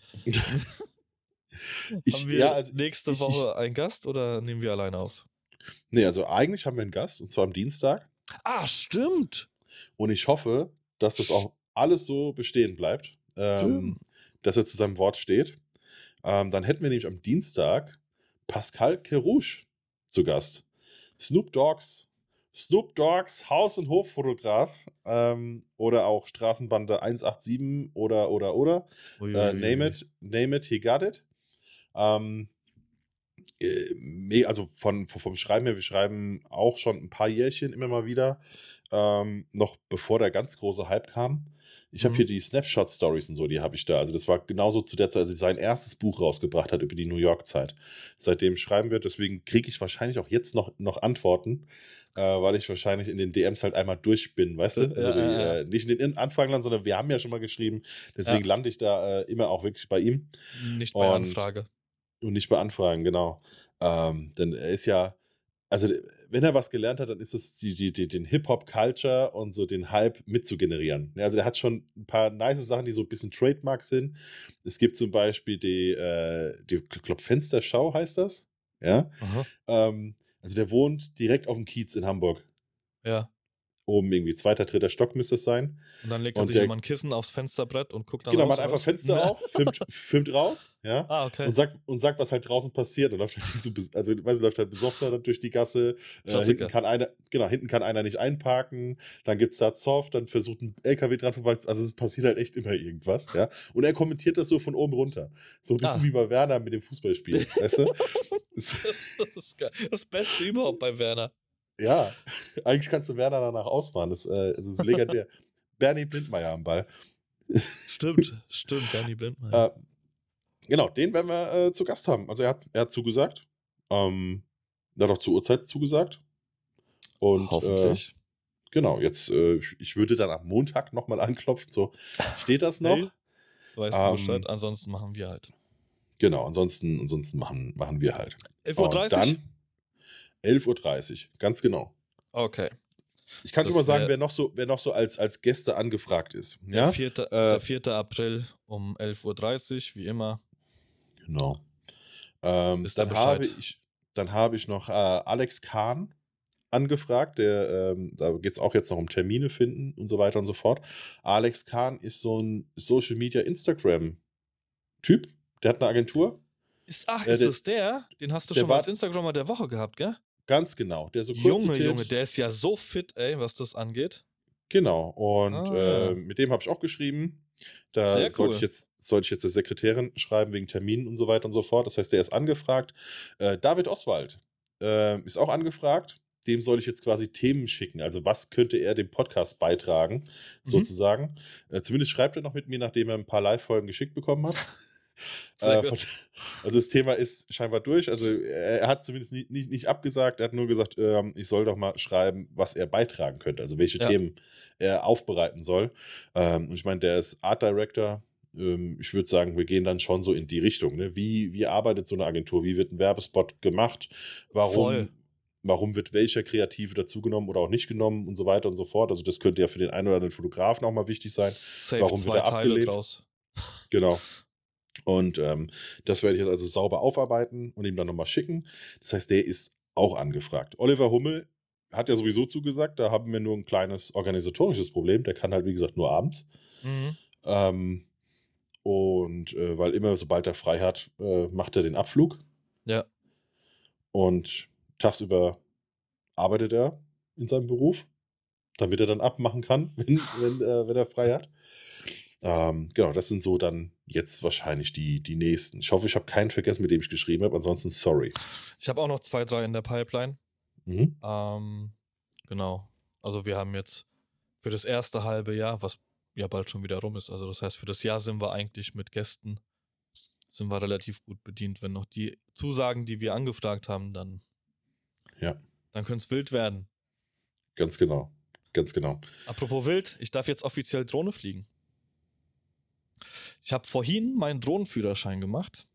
Ich, Haben wir ja, also nächste ich- Woche einen Gast oder nehmen wir alleine auf? Nee, also eigentlich haben wir einen Gast, und zwar am Dienstag. Ah, stimmt. Und ich hoffe, dass das auch alles so bestehen bleibt, ähm, Stimmt. dass er zu seinem Wort steht. Ähm, dann hätten wir nämlich am Dienstag Pascal Kerouche zu Gast. Snoop Dogg's, Snoop Dogg's Haus- und Hoffotograf ähm, oder auch Straßenbande eins acht sieben oder, oder, oder. Äh, name it, name it, he got it. Ähm, äh, me- also von, von, vom Schreiben her, wir schreiben auch schon ein paar Jährchen immer mal wieder, ähm, noch bevor der ganz große Hype kam. Ich habe Mhm. hier die Snapshot-Stories und so, die habe ich da. Also das war genauso zu der Zeit, als er sein erstes Buch rausgebracht hat über die New York-Zeit. Seitdem schreiben wir, deswegen kriege ich wahrscheinlich auch jetzt noch, noch Antworten, äh, weil ich wahrscheinlich in den D Ms halt einmal durch bin, weißt du? Ja, Also die, ja, ja. äh, nicht in den Anfangern, sondern wir haben ja schon mal geschrieben. Deswegen Ja. lande ich da äh, immer auch wirklich bei ihm. Nicht bei Und- Anfrage. Und nicht beanfragen, genau. Ähm, denn er ist ja, also wenn er was gelernt hat, dann ist es die, die, die, den Hip-Hop-Culture und so den Hype mitzugenerieren. Ja, also der hat schon ein paar nice Sachen, die so ein bisschen Trademark sind. Es gibt zum Beispiel die, äh, die ich glaube, Fensterschau heißt das. Ja. Aha. Ähm, also der wohnt direkt auf dem Kiez in Hamburg. Ja. Oben irgendwie, zweiter, dritter Stock müsste es sein. Und dann legt er Und sich der- immer ein Kissen aufs Fensterbrett und guckt dann Genau, raus, macht oder einfach was? Fenster Na. auf, filmt, filmt raus, ja. Ah, okay. Und sagt, und sagt, was halt draußen passiert. Und läuft halt so, bes- also, weiß, läuft halt besoffener dann durch die Gasse. Äh, Klassiker. hinten kann einer, genau, hinten kann einer nicht einparken. Dann gibt es da Zoff, dann versucht ein L K W dran vorbei. Also es passiert halt echt immer irgendwas, ja. Und er kommentiert das so von oben runter. So ein bisschen Ah. wie bei Werner mit dem Fußballspiel, weißt du? Es- Das ist geil. Das Beste überhaupt bei Werner. ja, eigentlich kannst du Werner danach ausmachen. Das, äh, es ist legendär. Bernie Blindmeier am Ball. Stimmt, stimmt, Danny Blindmann. Äh, genau, den werden wir äh, zu Gast haben. Also er hat, er hat zugesagt. Ähm, er hat auch zur Uhrzeit zugesagt. Und äh, Hoffentlich. genau, jetzt, äh, ich würde dann am Montag nochmal anklopfen. So, steht das noch? Hey. Weißt ähm, du Bescheid? Ansonsten machen wir halt. Genau, ansonsten, ansonsten machen, machen wir halt. elf Uhr Und dreißig? dann elf Uhr dreißig, ganz genau. Okay. Ich kann Das schon mal sagen, wär- wer noch so, wer noch so als, als Gäste angefragt ist. Der, Ja, vierte, äh, der vierte April um elf Uhr dreißig, wie immer. genau. Ähm, Wisst ihr dann, habe Bescheid? ich, dann habe ich noch äh, Alex Kahn angefragt. Der, ähm, da geht es auch jetzt noch um Termine finden und so weiter und so fort. Alex Kahn ist so ein Social Media Instagram-Typ. Der hat eine Agentur. Ist, ach, Äh, ist der- das der? Den hast du der schon mal war- als Instagrammer der Woche gehabt, gell? Ganz genau. Der so kurze Junge, Tipps. Junge, der ist ja so fit, ey, was das angeht. Genau. Und Ah, ja. äh, mit dem habe ich auch geschrieben. Da Sehr sollte cool. ich jetzt, sollte ich jetzt der Sekretärin schreiben wegen Terminen und so weiter und so fort. Das heißt, der ist angefragt. Äh, David Oswald äh, ist auch angefragt. Dem soll ich jetzt quasi Themen schicken. Also was könnte er dem Podcast beitragen, Mhm. sozusagen. Äh, zumindest schreibt er noch mit mir, nachdem er ein paar Live-Folgen geschickt bekommen hat. Sehr Äh, gut. von, also das Thema ist scheinbar durch. Also er, er hat zumindest nicht, nicht, nicht abgesagt. Er hat nur gesagt, ähm, ich soll doch mal schreiben, was er beitragen könnte. Also welche Ja. Themen er aufbereiten soll. Ähm, und ich meine, der ist Art Director. Ähm, ich würde sagen, wir gehen dann schon so in die Richtung. Ne? Wie, wie arbeitet so eine Agentur? Wie wird ein Werbespot gemacht? Voll. Warum, warum wird welcher Kreative dazugenommen oder auch nicht genommen und so weiter und so fort. Also das könnte ja für den einen oder anderen Fotografen auch mal wichtig sein. Safe Warum wird zwei er Teile abgelehnt? draus. Genau. Und ähm, das werde ich jetzt also sauber aufarbeiten und ihm dann nochmal schicken. Das heißt, der ist auch angefragt. Oliver Hummel hat ja sowieso zugesagt, da haben wir nur ein kleines organisatorisches Problem. Der kann halt, wie gesagt, nur abends. Mhm. Ähm, und äh, weil immer, sobald er frei hat, äh, macht er den Abflug. Ja. Und tagsüber arbeitet er in seinem Beruf, damit er dann abmachen kann, wenn, wenn, äh, wenn er frei hat. Ähm, genau, das sind so dann jetzt wahrscheinlich die, die nächsten. Ich hoffe, ich habe keinen vergessen, mit dem ich geschrieben habe. Ansonsten sorry. Ich habe auch noch zwei, drei in der Pipeline. Mhm. Ähm, genau. Also wir haben jetzt für das erste halbe Jahr, was ja bald schon wieder rum ist, also das heißt, für das Jahr sind wir eigentlich mit Gästen, sind wir relativ gut bedient. Wenn noch die Zusagen, die wir angefragt haben, dann, Ja, dann könnte es wild werden. ganz genau. Ganz genau. Apropos wild, ich darf jetzt offiziell Drohne fliegen. Ich habe vorhin meinen Drohnenführerschein gemacht,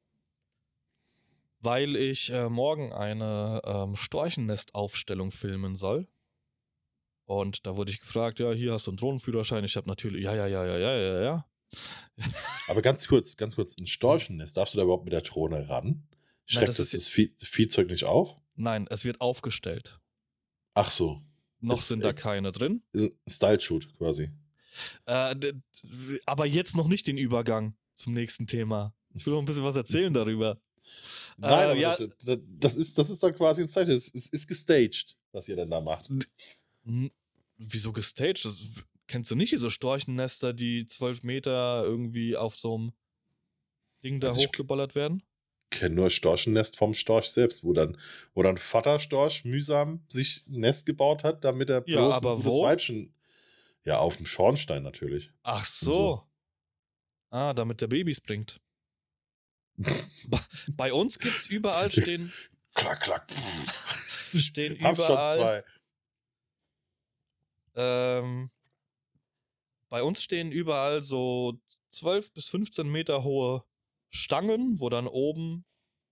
weil ich äh, morgen eine ähm, Storchennestaufstellung filmen soll. Und da wurde ich gefragt, ja, hier hast du einen Drohnenführerschein. Ich habe natürlich, ja, ja, ja, ja, ja, ja, ja. Aber ganz kurz, ganz kurz, ein Storchennest, darfst du da überhaupt mit der Drohne ran? Schreckt das das ist das Vieh, Viehzeug nicht auf? Nein, es wird aufgestellt. Ach so. Noch Ist, sind da äh, keine drin. ist ein Style-Shoot quasi. Äh, d- d- aber jetzt noch nicht den Übergang zum nächsten Thema. Ich will noch ein bisschen was erzählen darüber. Nein, Äh, aber ja, das, das, das, ist, das ist dann quasi ein Style. Es ist, ist gestaged, was ihr dann da macht. n- wieso gestaged? Das, w- kennst du nicht diese Storchennester, die zwölf Meter irgendwie auf so einem Ding da Also ich hochgeballert werden? kenne nur Storchennest vom Storch selbst, wo dann, wo dann Vater Storch mühsam sich ein Nest gebaut hat, damit er Ja, bloß ein aber gutes wo? Weibchen. Ja, auf dem Schornstein natürlich. Ach Und so. so. Ah, damit der Babys bringt. Ba- Bei uns gibt's überall stehen, Klack, klack. pff. stehen Hab's schon überall, zwei. ähm, bei uns stehen überall so zwölf bis fünfzehn Meter hohe Stangen, wo dann oben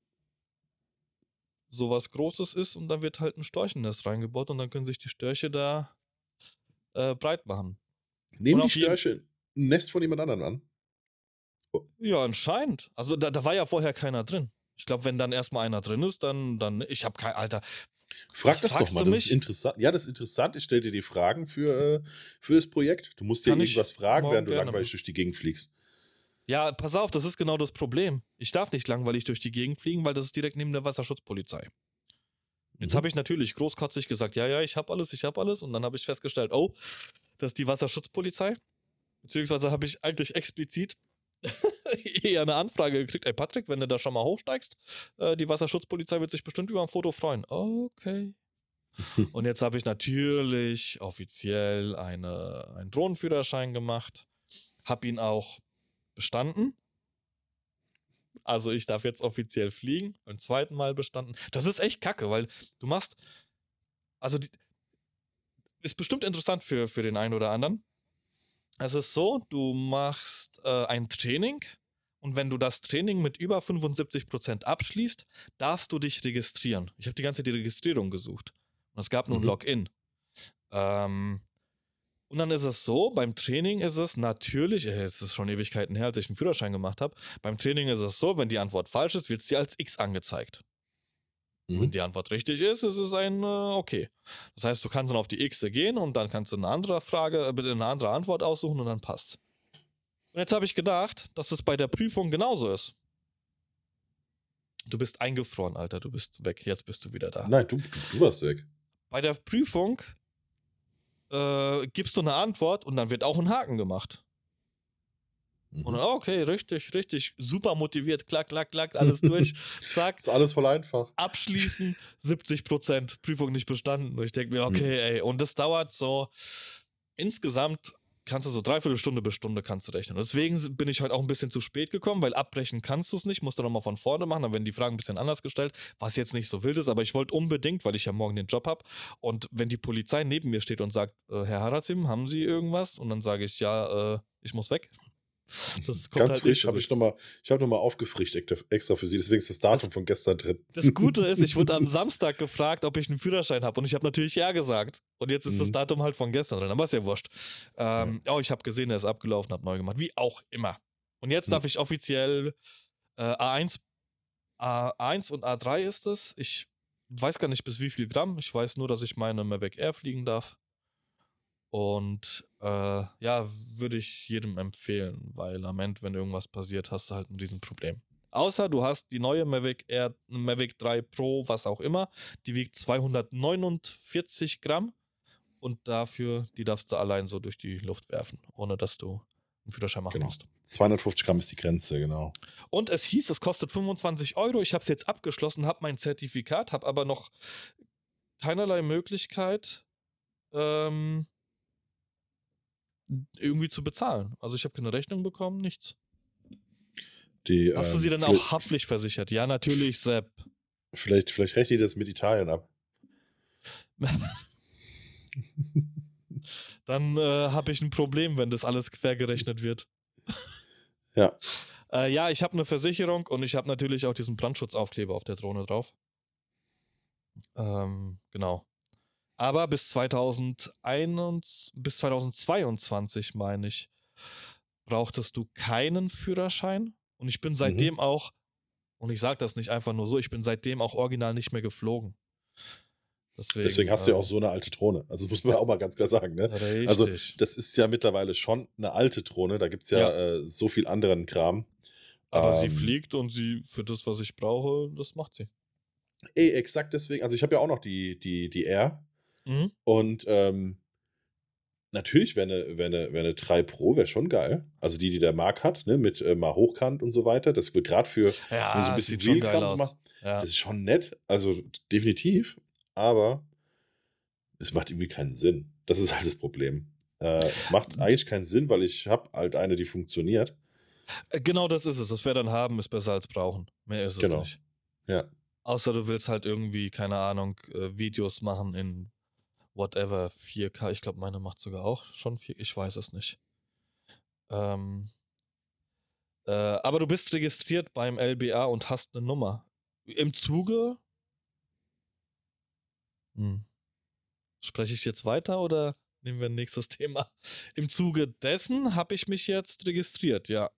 sowas Großes ist und dann wird halt ein Storchennest reingebaut und dann können sich die Störche da äh, breit machen. Nehmen Und die auf jeden Störche ein Nest von jemand anderem an? Ja, anscheinend. Also da, da war ja vorher keiner drin. Ich glaube, wenn dann erstmal einer drin ist, dann, dann ich habe kein Alter. Frag Was das doch fragst mal, du das ist mich? interessant. Ja, das ist interessant. Ich stelle dir die Fragen für, äh, für das Projekt. Du musst dir Kann ich irgendwas fragen, morgen während du gerne langweilig machen. durch die Gegend fliegst. Ja, pass auf, das ist genau das Problem. Ich darf nicht langweilig durch die Gegend fliegen, weil das ist direkt neben der Wasserschutzpolizei. Jetzt Mhm. habe ich natürlich großkotzig gesagt, ja, ja, ich habe alles, ich habe alles. Und dann habe ich festgestellt, oh, das ist die Wasserschutzpolizei. Beziehungsweise habe ich eigentlich explizit eher eine Anfrage gekriegt. Ey, Patrick, wenn du da schon mal hochsteigst, äh, die Wasserschutzpolizei wird sich bestimmt über ein Foto freuen. Okay. Und jetzt habe ich natürlich offiziell eine, einen Drohnenführerschein gemacht. Habe ihn auch bestanden. Also ich darf jetzt offiziell fliegen. Beim zweiten Mal bestanden. Das ist echt kacke, weil du machst. Also die, ist bestimmt interessant für, für den einen oder anderen. Es ist so, du machst äh, ein Training und wenn du das Training mit über fünfundsiebzig Prozent abschließt, darfst du dich registrieren. Ich habe die ganze Zeit die Registrierung gesucht und es gab nur ein Mhm. Login. Ähm, und dann ist es so, beim Training ist es natürlich, äh, es ist schon Ewigkeiten her, als ich einen Führerschein gemacht habe, beim Training ist es so, wenn die Antwort falsch ist, wird es dir als X angezeigt. Und wenn Mhm. die Antwort richtig ist, ist es ein äh, okay. Das heißt, du kannst dann auf die X gehen und dann kannst du eine andere Frage, äh, bitte eine andere Antwort aussuchen und dann passt. Und jetzt habe ich gedacht, dass es bei der Prüfung genauso ist. Du bist eingefroren, Alter, du bist weg. Jetzt bist du wieder da. Nein, du, du, du warst weg. Bei der Prüfung äh, gibst du eine Antwort und dann wird auch ein Haken gemacht. Und Mhm. dann, oh, okay, richtig, richtig, super motiviert, klack, klack, klack, alles durch, zack, Ist alles voll einfach. abschließen, siebzig Prozent, Prüfung nicht bestanden. Und ich denke mir, Mhm. okay, ey, und das dauert so, insgesamt kannst du so dreiviertel Stunde bis Stunde kannst du rechnen. Deswegen bin ich heute auch ein bisschen zu spät gekommen, weil abbrechen kannst du es nicht, musst du nochmal von vorne machen, dann werden die Fragen ein bisschen anders gestellt, was jetzt nicht so wild ist, aber ich wollte unbedingt, weil ich ja morgen den Job habe und wenn die Polizei neben mir steht und sagt, äh, Herr Harazim, haben Sie irgendwas? Und dann sage ich, ja, äh, ich muss weg. Das kommt Ganz halt nicht frisch so habe gut. ich noch mal ich habe noch mal aufgefrischt ekta extra für Sie, deswegen ist das Datum Das von gestern drin. Das Gute ist, ich wurde am Samstag gefragt, ob ich einen Führerschein habe und ich habe natürlich ja gesagt. Und jetzt ist das Mhm. Datum halt von gestern drin, aber ist ja wurscht. Ja. Ähm, oh, ich habe gesehen, er ist abgelaufen, habe neu gemacht, wie auch immer. Und jetzt Mhm. darf ich offiziell äh, A eins, A eins und A drei ist es. Ich weiß gar nicht bis wie viel Gramm. Ich weiß nur, dass ich meine Mavic Air fliegen darf. Und äh, ja, würde ich jedem empfehlen, weil am Ende, wenn irgendwas passiert, hast du halt ein Riesenproblem. Außer du hast die neue Mavic Air, Mavic drei Pro, was auch immer, die wiegt zweihundertneunundvierzig Gramm und dafür, die darfst du allein so durch die Luft werfen, ohne dass du einen Führerschein machen Genau. musst. zweihundertfünfzig Gramm ist die Grenze, genau. Und es hieß, es kostet fünfundzwanzig Euro. Ich habe es jetzt abgeschlossen, habe mein Zertifikat, habe aber noch keinerlei Möglichkeit, ähm, irgendwie zu bezahlen. Also ich habe keine Rechnung bekommen, nichts. Die, Hast du sie ähm, denn viellei auch haftpflichtversichert? Ja, natürlich, Sepp. vielleicht vielleicht rechnet ihr das mit Italien ab. Dann äh, habe ich ein Problem, wenn das alles quergerechnet wird. Ja. Äh, ja, ich habe eine Versicherung und ich habe natürlich auch diesen Brandschutzaufkleber auf der Drohne drauf. Ähm, genau. Aber bis zweitausendeins, bis zweitausendzweiundzwanzig, meine ich, brauchtest du keinen Führerschein. Und ich bin Mhm. seitdem auch, und ich sage das nicht einfach nur so, ich bin seitdem auch original nicht mehr geflogen. Deswegen Deswegen, hast du ja auch ähm, so eine alte Drohne. Also, das muss man ja auch mal ganz klar sagen, ne? Also, richtig. das ist ja mittlerweile schon eine alte Drohne, da gibt's ja, Ja, äh, so viel anderen Kram. aber sie Ähm, fliegt und sie, für das, was ich brauche, das macht sie. ey, exakt deswegen also, ich habe ja auch noch die die die Air Mhm. und, ähm, natürlich wäre 'ne wäre 'ne wäre 'ne drei Pro wäre schon geil. Also, die, die der Marc hat, ne, mit, äh, mal hochkant und so weiter. Das wird grad für wenn du so 'n Ja, es bisschen sieht schon geil Real-Kram so aus. machst, Ja. das ist schon nett, also, definitiv, aber es macht irgendwie keinen Sinn. Das ist halt das Problem. Äh, es macht D eigentlich keinen Sinn, weil ich habe halt eine, die funktioniert. äh, genau das ist es. Das wir dann haben, ist besser als brauchen. Mehr ist es Genau. nicht. Ja. Außer du willst halt irgendwie, keine Ahnung, äh, Videos machen in whatever, vier K. Ich glaube, meine macht sogar auch schon vier. Ich weiß es nicht. Ähm, äh, aber du bist registriert beim L B A und hast eine Nummer. Im Zuge, hm, spreche ich jetzt weiter oder nehmen wir ein nächstes Thema? Im Zuge dessen habe ich mich jetzt registriert, ja.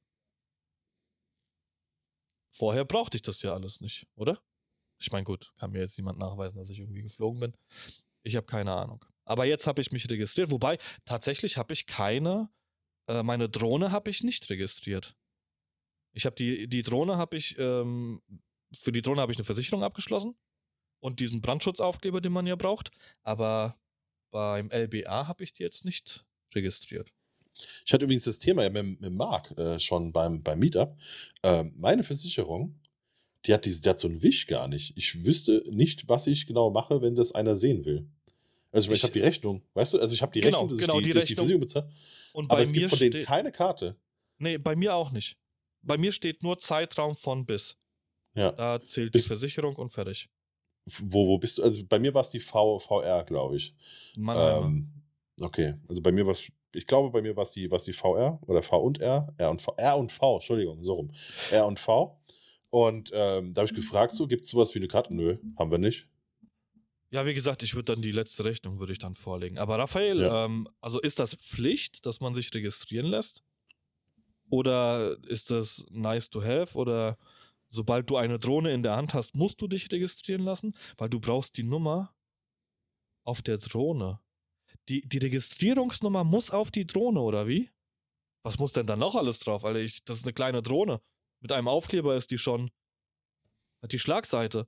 Vorher brauchte ich das ja alles nicht, oder? Ich meine, gut, kann mir jetzt niemand nachweisen, dass ich irgendwie geflogen bin. Ich habe keine Ahnung. Aber jetzt habe ich mich registriert, wobei tatsächlich habe ich keine, äh, meine Drohne habe ich nicht registriert. Ich habe die, die Drohne habe ich, ähm, für die Drohne habe ich eine Versicherung abgeschlossen und diesen Brandschutzaufkleber, den man ja braucht. Aber beim L B A habe ich die jetzt nicht registriert. Ich hatte übrigens das Thema ja mit mit Marc, äh, schon beim beim Meetup. Ähm, meine Versicherung, die hat dies die hat so 'n Wisch gar nicht. Ich wüsste nicht, was ich genau mache, wenn das einer sehen will. Also, ich meine, ich habe Ich, die Rechnung, weißt du? Also, ich habe die Rechnung, genau, dass ich genau, die die dass ich die Rechnung. Versicherung bezahle, Und aber bei es gibt mir von denen steht, keine Karte. nee, bei mir auch nicht. Bei mir steht nur Zeitraum von bis. Ja. Da zählt die Bist Versicherung und fertig. wo wo bist du also, bei mir war's die V VR, glaube ich. Mannheimer. Ähm, okay, also, bei mir war's ich glaube, bei mir war's die war's die V R oder V und R? R und V R und V, Entschuldigung, so rum. R und V. Und, ähm, da habe ich gefragt so: „Gibt's so was wie 'ne Karte?“ „Nö, haben wir nicht.“ Ja, wie gesagt, ich würde dann die letzte Rechnung würde ich dann vorlegen. Aber Raphael, Ja. ähm, also ist das Pflicht, dass man sich registrieren lässt? Oder ist das nice to have? Oder sobald du eine Drohne in der Hand hast, musst du dich registrieren lassen? Weil du brauchst die Nummer auf der Drohne. Die, die Registrierungsnummer muss auf die Drohne, oder wie? Was muss denn da noch alles drauf? Alter, ich, das ist eine kleine Drohne. Mit einem Aufkleber ist die schon, hat die Schlagseite.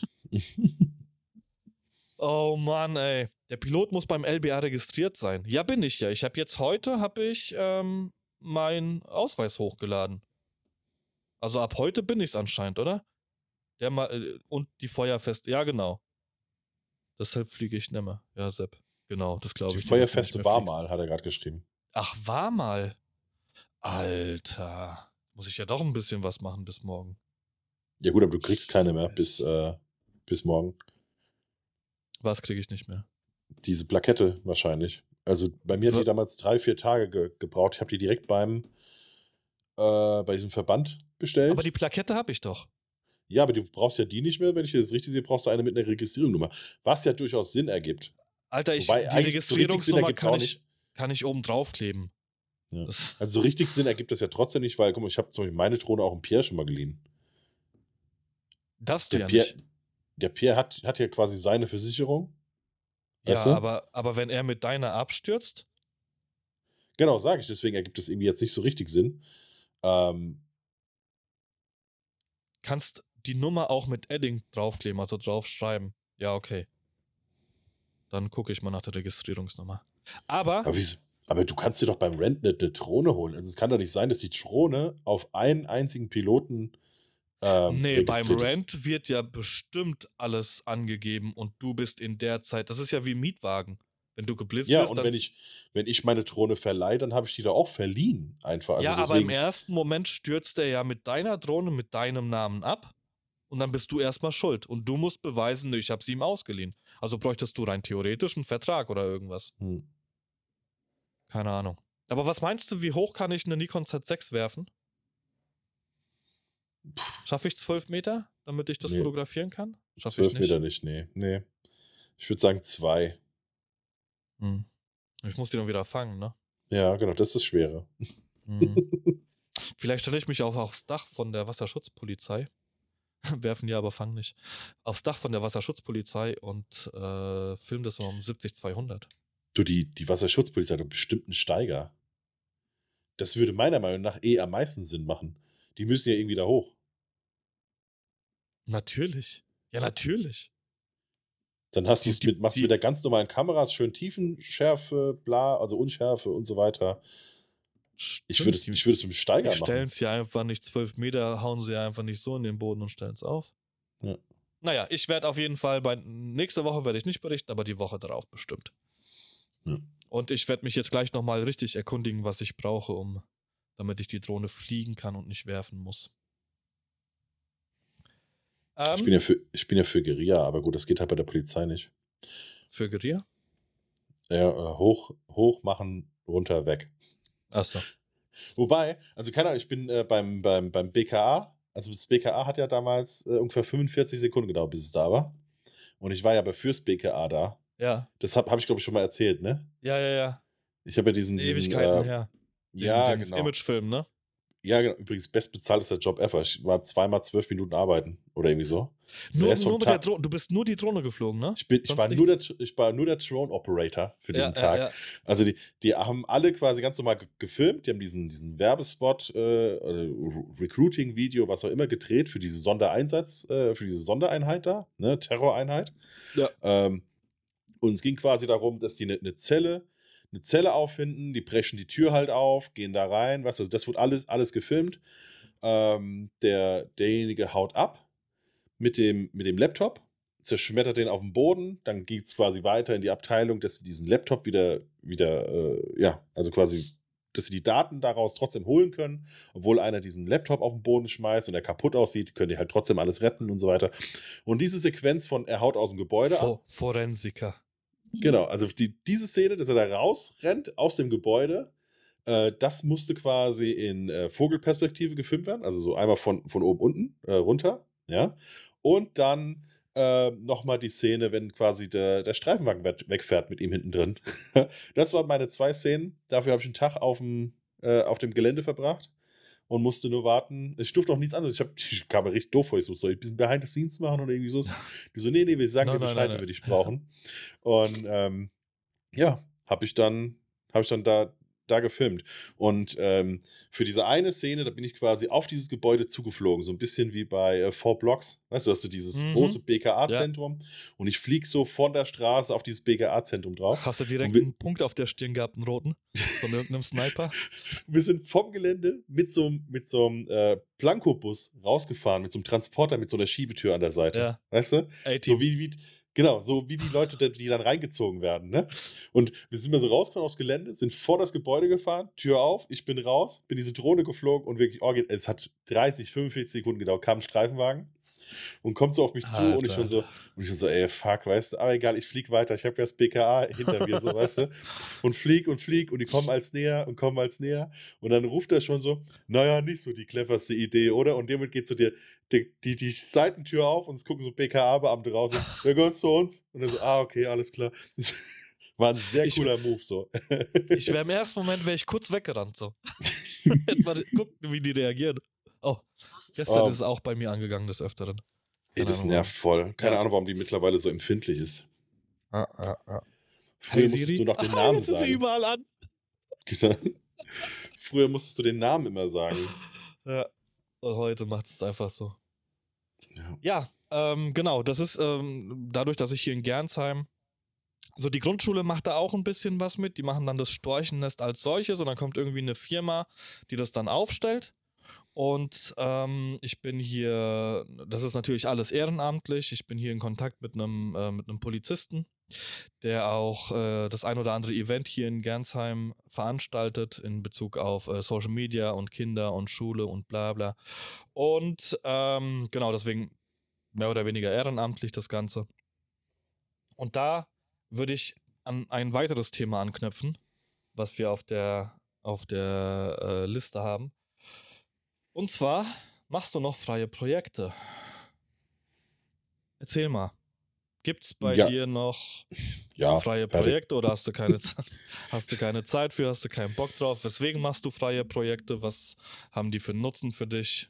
Oh Mann, ey. Der Pilot muss beim L B A registriert sein. Ja, bin ich ja. Ich habe jetzt heute, habe ich ähm, meinen Ausweis hochgeladen. Also ab heute bin ich's anscheinend, oder? Der mal, äh, und die Feuerfest, ja genau. Deshalb fliege ich nimmer. Ja, Sepp. Genau, das glaube Die ich dir, dass du nicht Feuerfeste mehr war fliegst. mal, hat er gerade geschrieben. Ach, war mal. Alter. Muss ich ja doch ein bisschen was machen bis morgen. Ja gut, aber du kriegst keine mehr bis, Scheiße. äh, bis morgen. Was kriege ich nicht mehr? Diese Plakette wahrscheinlich. Also bei mir hat die Wa- damals drei, vier Tage ge gebraucht. Ich habe die direkt beim äh, bei diesem Verband Aber die bestellt. Plakette habe ich doch. Ja, aber du brauchst ja die nicht mehr, wenn ich das richtig sehe, brauchst du eine mit einer Registrierungsnummer. Was ja durchaus Sinn ergibt. Alter, ich, Wobei die eigentlich so richtig Sinn Registrierungsnummer ergibt es kann auch ich, nicht. kann ich oben draufkleben. Ja. Das Also so richtig Sinn ergibt das ja trotzdem nicht, weil, guck mal, ich habe zum Beispiel meine Drohne auch im Pierre schon mal geliehen. darfst du Der ja Pierre, nicht. der Pierre hat, hat ja quasi seine Versicherung. Weißt Ja, du? aber, aber wenn er mit deiner abstürzt, Genau, sage ich. Deswegen ergibt das irgendwie jetzt nicht so richtig Sinn. Ähm, kannst die Nummer auch mit Edding draufkleben, also draufschreiben. Ja, okay. Dann gucke ich mal nach der Registrierungsnummer. Aber, aber, wieso- aber du kannst dir doch beim Rent eine, eine Drohne holen. Also es kann doch nicht sein, dass die Drohne auf einen einzigen Piloten ähm, nee, beim registriert ist. Rent wird ja bestimmt alles angegeben und du bist in der Zeit, das ist ja wie Mietwagen. Wenn du geblitzt Ja, wirst, und dann. wenn ich, wenn ich meine Drohne verleihe, dann habe ich die da auch verliehen. Einfach. Also Ja, aber im deswegen, ersten Moment stürzt er ja mit deiner Drohne, mit deinem Namen ab und dann bist du erstmal schuld. Und du musst beweisen, nee, ich habe sie ihm ausgeliehen. Also bräuchtest du rein theoretisch einen Vertrag oder irgendwas. hm, Keine Ahnung. Aber was meinst du, wie hoch kann ich eine Nikon Z sechs werfen? Schaffe ich zwölf Meter, damit ich das nee, fotografieren kann? Schaffe ich zwölf Meter nicht. nicht, nee. Nee. Ich würde sagen zwei. Hm. Ich muss die dann wieder fangen, ne? Ja, genau, das ist das Schwere. Hm. Vielleicht stelle ich mich auch aufs Dach von der Wasserschutzpolizei. Werfen ja, aber fangen nicht. Aufs Dach von der Wasserschutzpolizei und äh, film das mal um siebzig zweihundert. Du, die, die Wasserschutzpolizei hat doch bestimmt einen Steiger. Das würde meiner Meinung nach eh am meisten Sinn machen. Die müssen ja irgendwie da hoch. Natürlich. Ja, natürlich. Dann hast du Die, es die, mit, machst du mit die, der ganz normalen Kamera, schön Tiefenschärfe, bla, also Unschärfe und so weiter. Ich würde stimmt, es, die, ich würde es mit dem die Steiger stellen machen. es ja einfach nicht zwölf Meter, hauen sie ja einfach nicht so in den Boden und stellen es auf. Ja. Naja, ich werde auf jeden Fall bei nächste Woche werde ich nicht berichten, aber die Woche darauf bestimmt. Ja. Und ich werde mich jetzt gleich nochmal richtig erkundigen, was ich brauche, um damit ich die Drohne fliegen kann und nicht werfen muss. Ähm, Ich bin ja für, ich bin ja für Guerilla, aber gut, das geht halt bei der Polizei nicht. für Guerilla? Ja, äh, hoch, hoch machen, runter, weg. Achso. Wobei, also keine Ahnung, ich bin äh, beim, beim, beim B K A, also das B K A hat ja damals äh, ungefähr fünfundvierzig Sekunden gedauert, bis es da war. Und ich war ja aber fürs B K A da. Ja. Das habe hab ich, glaube ich, schon mal erzählt, ne? Ja, ja, ja. Ich habe ja diesen, diesen, Ewigkeiten äh, her. Den, ja, den genau. Imagefilm, ne? Ja, genau. Übrigens, bestbezahltester Job ever. Ich war zweimal zwölf Minuten arbeiten oder irgendwie so. Der Nur, Rest vom nur mit der Tag. Drohne. Du bist nur die Drohne geflogen, ne? Ich, bin, ich, Sonst war nur nichts? der, ich war nur der Drone-Operator für Ja, diesen ja, Tag. ja. Also die, die haben alle quasi ganz normal ge- gefilmt, die haben diesen, diesen Werbespot, äh, äh, Recruiting-Video, was auch immer, gedreht für diese Sondereinsatz, äh, für diese Sondereinheit da, ne, Terroreinheit. Ja. Ähm, und es ging quasi darum, dass die eine ne Zelle, eine Zelle auffinden, die brechen die Tür halt auf, gehen da rein, was, also das wurde alles, alles gefilmt. Ähm, der, derjenige haut ab mit dem, mit dem Laptop, zerschmettert den auf den Boden, dann geht es quasi weiter in die Abteilung, dass sie diesen Laptop wieder, wieder äh, ja, also quasi, dass sie die Daten daraus trotzdem holen können, obwohl einer diesen Laptop auf den Boden schmeißt und er kaputt aussieht, können die halt trotzdem alles retten und so weiter. Und diese Sequenz von, er haut aus dem Gebäude ab. For Forensiker. Genau, also die, diese Szene, dass er da rausrennt aus dem Gebäude, äh, das musste quasi in äh, Vogelperspektive gefilmt werden, also so einmal von, von oben unten äh, runter, ja. Und dann äh, nochmal die Szene, wenn quasi der, der Streifenwagen we- wegfährt mit ihm hinten drin. Das waren meine zwei Szenen. Dafür habe ich einen Tag auf dem, äh, auf dem Gelände verbracht und musste nur warten. Ich durfte auch nichts anderes. Ich, hab, ich kam mir richtig doof vor. Ich so, soll ich ein bisschen Behind the Scenes machen oder irgendwie so? Die so, nee, nee, wir sagen Nein, dir nein, Bescheid, nein, wenn wir nein. dich brauchen. Und ähm, ja, habe ich dann, habe ich dann da da gefilmt. Und ähm, für diese eine Szene, da bin ich quasi auf dieses Gebäude zugeflogen, so ein bisschen wie bei äh, Four Blocks. Weißt du, hast du dieses Mhm. große B K Ja. A-Zentrum und ich fliege so von der Straße auf dieses B K A-Zentrum drauf. Hast du Und direkt wir, einen Punkt auf der Stirn gehabt, einen roten? Von irgendeinem Sniper? wir sind vom Gelände mit so, einem- mit so einem äh, Blankobus rausgefahren, mit so einem Transporter, mit so einer Schiebetür an der Seite. Ja. Weißt du? So A-Team. wie, wie, genau, so wie die Leute, die die dann reingezogen werden. Ne? Und wir sind mal so rausgefahren aufs Gelände, sind vor das Gebäude gefahren, Tür auf, ich bin raus, bin diese Drohne geflogen und wirklich, orgi- es hat dreißig, fünfundvierzig Sekunden gedauert, kam ein Streifenwagen und kommt so auf mich zu und ich schon Alter. so, und ich schon so, ey, fuck, weißt du, aber egal, ich flieg weiter, ich habe ja das B K A hinter mir, so, weißt du, und flieg und flieg und die kommen als näher und kommen als näher und dann ruft er schon so, naja, nicht so die cleverste Idee, oder? Und damit geht so die, die, die, die Seitentür auf und es gucken so B K A-Beamte raus, und, der gehört zu uns und er so, ah, okay, alles klar. Das war ein sehr Ich, cooler Move, so. ich wäre im ersten Moment wäre ich kurz weggerannt, so. Hätte mal guckt, wie die reagieren. Oh, gestern Oh, ist es auch bei mir angegangen des Öfteren. ey, Keine das Ahnung nervt warum. voll. Keine Ja. Ahnung, warum die mittlerweile so empfindlich ist. Ah, ah, ah. Früher Hey musstest Siri. du noch den Ah, Namen jetzt ist sie sagen. überall an. Genau. Früher musstest du den Namen immer sagen. Ja. Und heute macht es einfach so. Ja. Ja, ähm, genau. Das ist ähm, dadurch, dass ich hier in Gernsheim. So, die Grundschule macht da auch ein bisschen was mit. Die machen dann das Storchennest als solches und dann kommt irgendwie eine Firma, die das dann aufstellt. Und ähm, ich bin hier, das ist natürlich alles ehrenamtlich. Ich bin hier in Kontakt mit einem äh, mit einem Polizisten, der auch äh, das ein oder andere Event hier in Gernsheim veranstaltet in Bezug auf äh, Social Media und Kinder und Schule und bla bla. Und ähm, genau, deswegen mehr oder weniger ehrenamtlich das Ganze. Und da würde ich an ein weiteres Thema anknüpfen, was wir auf der, auf der äh, Liste haben. Und zwar machst du noch freie Projekte. Erzähl mal. Gibt's bei Ja, dir noch ja, freie fertig. Projekte oder hast du keine Zeit, hast du keine Zeit für, hast du keinen Bock drauf? Weswegen machst du freie Projekte? Was haben die für einen Nutzen für dich?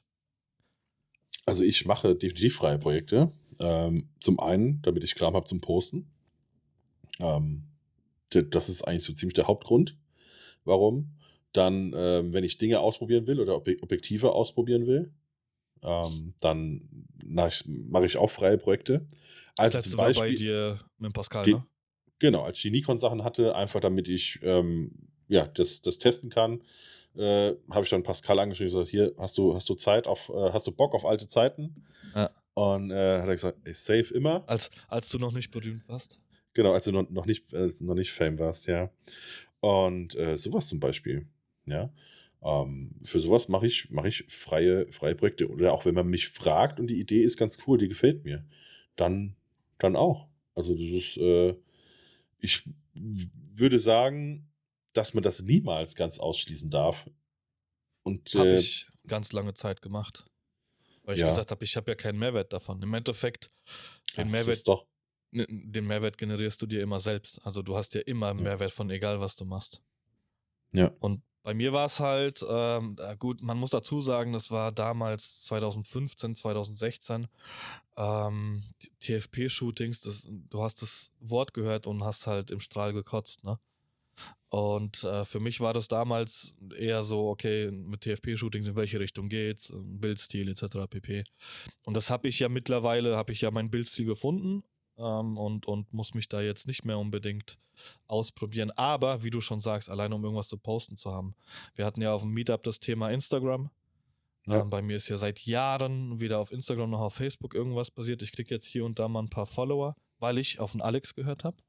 Also ich mache definitiv freie Projekte. Ähm, zum einen, damit ich Kram habe zum Posten. Ähm, d- das ist eigentlich so ziemlich der Hauptgrund. Warum? Dann, ähm, wenn ich Dinge ausprobieren will oder Ob Objektive ausprobieren will, ähm, dann mache ich, mache ich auch freie Projekte. Das Also zum letzte war bei Beispiel, dir mit dem Pascal, die, ne? genau, als ich die Nikon-Sachen hatte, einfach damit ich ähm, ja, das, das testen kann, äh, habe ich dann Pascal angeschrieben und gesagt, hier, hast du, hast du Zeit auf, äh, hast du Bock auf alte Zeiten? Ja. Und äh, hat er gesagt, ey, safe immer. Als, als du noch nicht berühmt warst. Genau, als du noch, noch nicht, äh, noch nicht Fame warst, ja. Und äh, sowas zum Beispiel, ja. Ähm, für sowas mache ich, mache ich freie, freie Projekte. Oder auch wenn man mich fragt und die Idee ist ganz cool, die gefällt mir, dann, dann auch. Also das ist, äh, ich w- würde sagen, dass man das niemals ganz ausschließen darf. Und Habe äh, ich ganz lange Zeit gemacht. Weil ich ja, gesagt habe, ich habe ja keinen Mehrwert davon. Im Endeffekt, ja, den es Mehrwert, ist doch. ne- den Mehrwert generierst du dir immer selbst. Also du hast ja immer einen Ja, Mehrwert von egal, was du machst. ja, Und bei mir war es halt, ähm, äh, gut, man muss dazu sagen, das war damals zwanzig fünfzehn, zwanzig sechzehn, ähm, die T F P-Shootings, das, du hast das Wort gehört und hast halt im Strahl gekotzt, ne? Und äh, für mich war das damals eher so, okay, mit T F P-Shootings, in welche Richtung geht's, äh, Bildstil et cetera pp. Und das habe ich ja mittlerweile, habe ich ja meinen Bildstil gefunden ähm, und, und muss mich da jetzt nicht mehr unbedingt ausprobieren. Aber, wie du schon sagst, allein um irgendwas zu posten zu haben. Wir hatten ja auf dem Meetup das Thema Instagram. ja. Ähm, bei mir ist ja seit Jahren weder auf Instagram noch auf Facebook irgendwas passiert. Ich kriege jetzt hier und da mal ein paar Follower, weil ich auf den Alex gehört habe.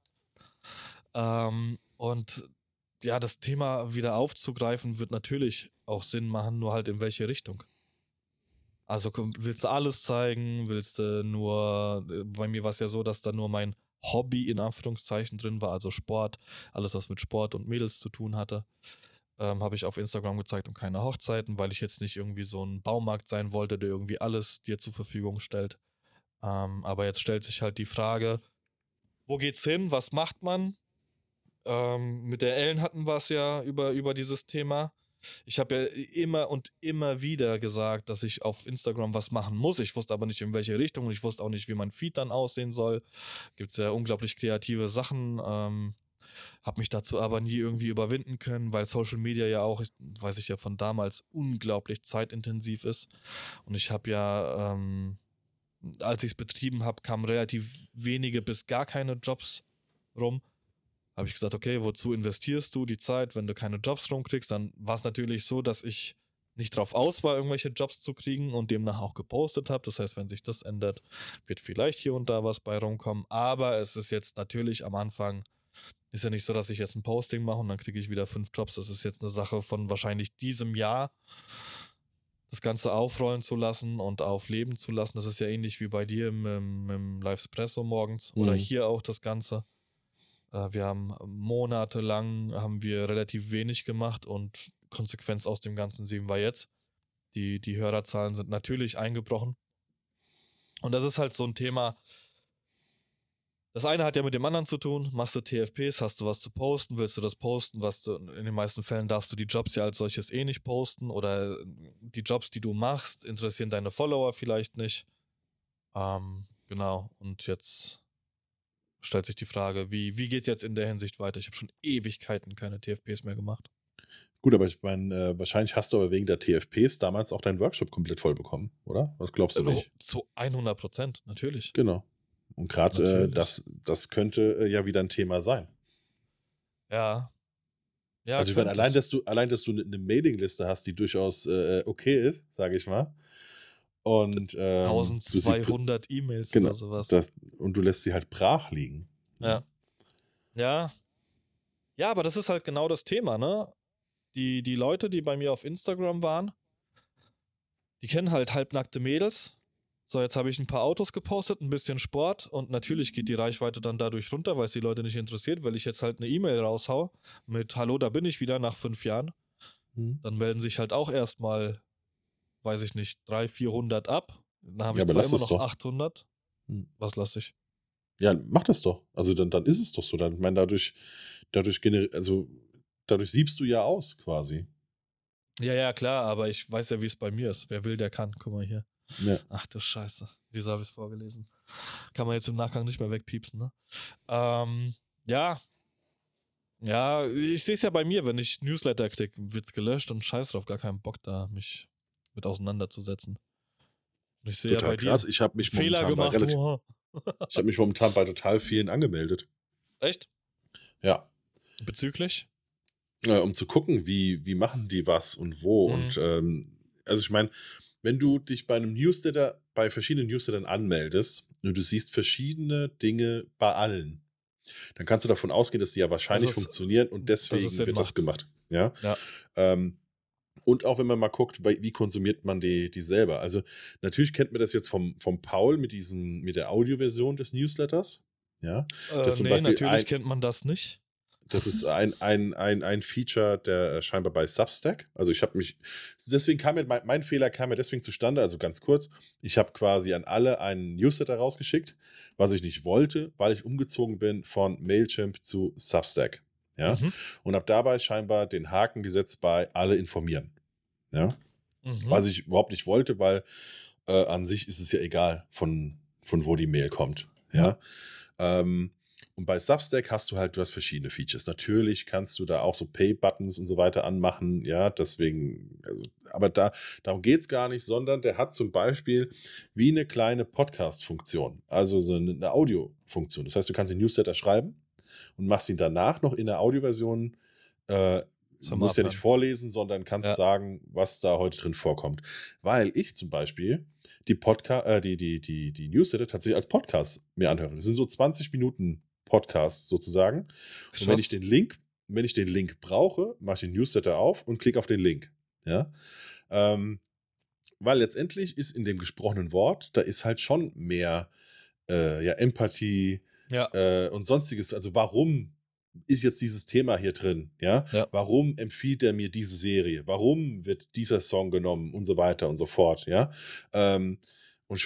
Ähm, und ja, das Thema wieder aufzugreifen, wird natürlich auch Sinn machen, nur halt in welche Richtung. Also komm, willst du alles zeigen? Willst du nur, äh, bei mir war es ja so, dass da nur mein Hobby in Anführungszeichen drin war, also Sport, alles was mit Sport und Mädels zu tun hatte, ähm, habe ich auf Instagram gezeigt und keine Hochzeiten, weil ich jetzt nicht irgendwie so ein Baumarkt sein wollte, der irgendwie alles dir zur Verfügung stellt. Ähm, aber jetzt stellt sich halt die Frage, wo geht's hin? Was macht man? Ähm, mit der Ellen hatten wir es ja über, über dieses Thema. Ich habe ja immer und immer wieder gesagt, dass ich auf Instagram was machen muss. Ich wusste aber nicht, in welche Richtung und ich wusste auch nicht, wie mein Feed dann aussehen soll. Gibt es ja unglaublich kreative Sachen. Ähm, Habe mich dazu aber nie irgendwie überwinden können, weil Social Media ja auch, ich, weiß ich ja von damals, unglaublich zeitintensiv ist. Und ich habe ja, ähm, als ich es betrieben habe, kamen relativ wenige bis gar keine Jobs rum. Habe ich gesagt, okay, wozu investierst du die Zeit, wenn du keine Jobs rumkriegst? Dann war es natürlich so, dass ich nicht drauf aus war, irgendwelche Jobs zu kriegen und demnach auch gepostet habe. Das heißt, wenn sich das ändert, wird vielleicht hier und da was bei rumkommen. Aber es ist jetzt natürlich am Anfang, ist ja nicht so, dass ich jetzt ein Posting mache und dann kriege ich wieder fünf Jobs. Das ist jetzt eine Sache von wahrscheinlich diesem Jahr, das Ganze aufrollen zu lassen und aufleben zu lassen. Das ist ja ähnlich wie bei dir im, im, im Live-Espresso morgens oder Mhm. hier auch das Ganze. Äh, wir haben monatelang haben wir relativ wenig gemacht und Konsequenz aus dem Ganzen sehen wir jetzt. Die, die Hörerzahlen sind natürlich eingebrochen. Und das ist halt so ein Thema. Das eine hat ja mit dem anderen zu tun. Machst du T F Ps, hast du was zu posten, willst du das posten, was du, in den meisten Fällen darfst du die Jobs ja als solches eh nicht posten oder die Jobs, die du machst, interessieren deine Follower vielleicht nicht. Ähm, genau. Und jetzt stellt sich die Frage, wie, wie geht es jetzt in der Hinsicht weiter? Ich habe schon Ewigkeiten keine T F Ps mehr gemacht. Gut, aber ich meine, äh, wahrscheinlich hast du aber wegen der T F Ps damals auch deinen Workshop komplett voll bekommen, oder? Was glaubst du Äh, nicht? Zu hundert Prozent, natürlich. Genau. Und gerade äh, Natürlich. das, das könnte äh, ja wieder ein Thema sein. Ja. Ja, Also ich meine, könnte allein, es. dass du, allein, dass du eine ne Mailingliste hast, die durchaus äh, okay ist, sage ich mal. Und ähm, du sie, pr- eintausendzweihundert E-Mails genau, oder sowas. das, und du lässt sie halt brach liegen. Ja. Ja. Ja, aber das ist halt genau das Thema, ne? Die, die Leute, die bei mir auf Instagram waren, die kennen halt halbnackte Mädels. So, jetzt habe ich ein paar Autos gepostet, ein bisschen Sport und natürlich geht die Reichweite dann dadurch runter, weil es die Leute nicht interessiert, weil ich jetzt halt eine E-Mail raushau mit Hallo, da bin ich wieder nach fünf Jahren. Mhm. Dann melden sich halt auch erstmal, weiß ich nicht, dreihundert, vierhundert ab. Dann habe Ja, ich aber zwar lass immer es noch doch. achthundert. Mhm. Was lasse ich? Ja, mach das doch. Also dann, dann ist es doch so. Dann, ich meine, dadurch, dadurch gener also dadurch siebst du ja aus quasi. Ja, ja, klar, aber ich weiß ja, wie es bei mir ist. Wer will, der kann. Guck mal hier. Ja. Ach du Scheiße. Wieso habe ich es vorgelesen? Kann man jetzt im Nachgang nicht mehr wegpiepsen, ne? Ähm, ja. Ja, ich sehe es ja bei mir, wenn ich Newsletter kriege, wird's gelöscht und scheiß drauf, gar keinen Bock da, mich mit auseinanderzusetzen. Und ich sehe ja Total bei dir, krass. Ich habe mich Fehler momentan bei gemacht, relativ, oha. ich habe mich momentan bei total vielen angemeldet. Echt? Ja. Bezüglich? Äh, um zu gucken, wie, wie machen die was und wo. Mhm. Und ähm, also ich meine, wenn du dich bei einem Newsletter, bei verschiedenen Newslettern anmeldest und du siehst verschiedene Dinge bei allen, dann kannst du davon ausgehen, dass die ja wahrscheinlich Also es- funktionieren und dass es deswegen Sinn wird das macht. gemacht. Ja. Ja. Ähm, und auch wenn man mal guckt, wie wie konsumiert man die, die selber. Also natürlich kennt man das jetzt vom, vom Paul mit diesem, mit der Audioversion des Newsletters. Ja. Das Äh, ist zum nee, Beispiel natürlich ein, kennt man das nicht. das ist ein, ein, ein, ein Feature, der äh, scheinbar bei Substack. Also ich habe mich, deswegen kam mir, mein, mein Fehler kam mir deswegen zustande, also ganz kurz, ich habe quasi an alle einen Newsletter rausgeschickt, was ich nicht wollte, weil ich umgezogen bin von Mailchimp zu Substack. Ja. Mhm. Und habe dabei scheinbar den Haken gesetzt bei alle informieren. Ja. Mhm. Was ich überhaupt nicht wollte, weil äh, an sich ist es ja egal, von, von wo die Mail kommt. Ja. Ähm, und bei Substack hast du halt, du hast verschiedene Features. Natürlich kannst du da auch so Pay-Buttons und so weiter anmachen, ja, deswegen, also, aber da, darum geht es gar nicht, sondern der hat zum Beispiel wie eine kleine Podcast-Funktion, also so eine, eine Audio-Funktion. Das heißt, du kannst den Newsletter schreiben und machst ihn danach noch in der Audioversion, äh, Zum musst ja nicht Abhören. vorlesen, sondern kannst Ja. sagen, was da heute drin vorkommt. Weil ich zum Beispiel die, Podca äh, die, die, die, die Newsletter tatsächlich als Podcast mir anhöre. Das sind so zwanzig Minuten Podcasts sozusagen. Und wenn ich Krass. den Link, wenn ich den Link brauche, mache ich den Newsletter auf und klicke auf den Link. Ja. Ähm, weil letztendlich ist in dem gesprochenen Wort, da ist halt schon mehr äh, ja, Empathie Ja. äh, und sonstiges. Also warum ist jetzt dieses Thema hier drin? Ja? Ja. Warum empfiehlt er mir diese Serie? Warum wird dieser Song genommen und so weiter und so fort? Ja? Ähm, und schon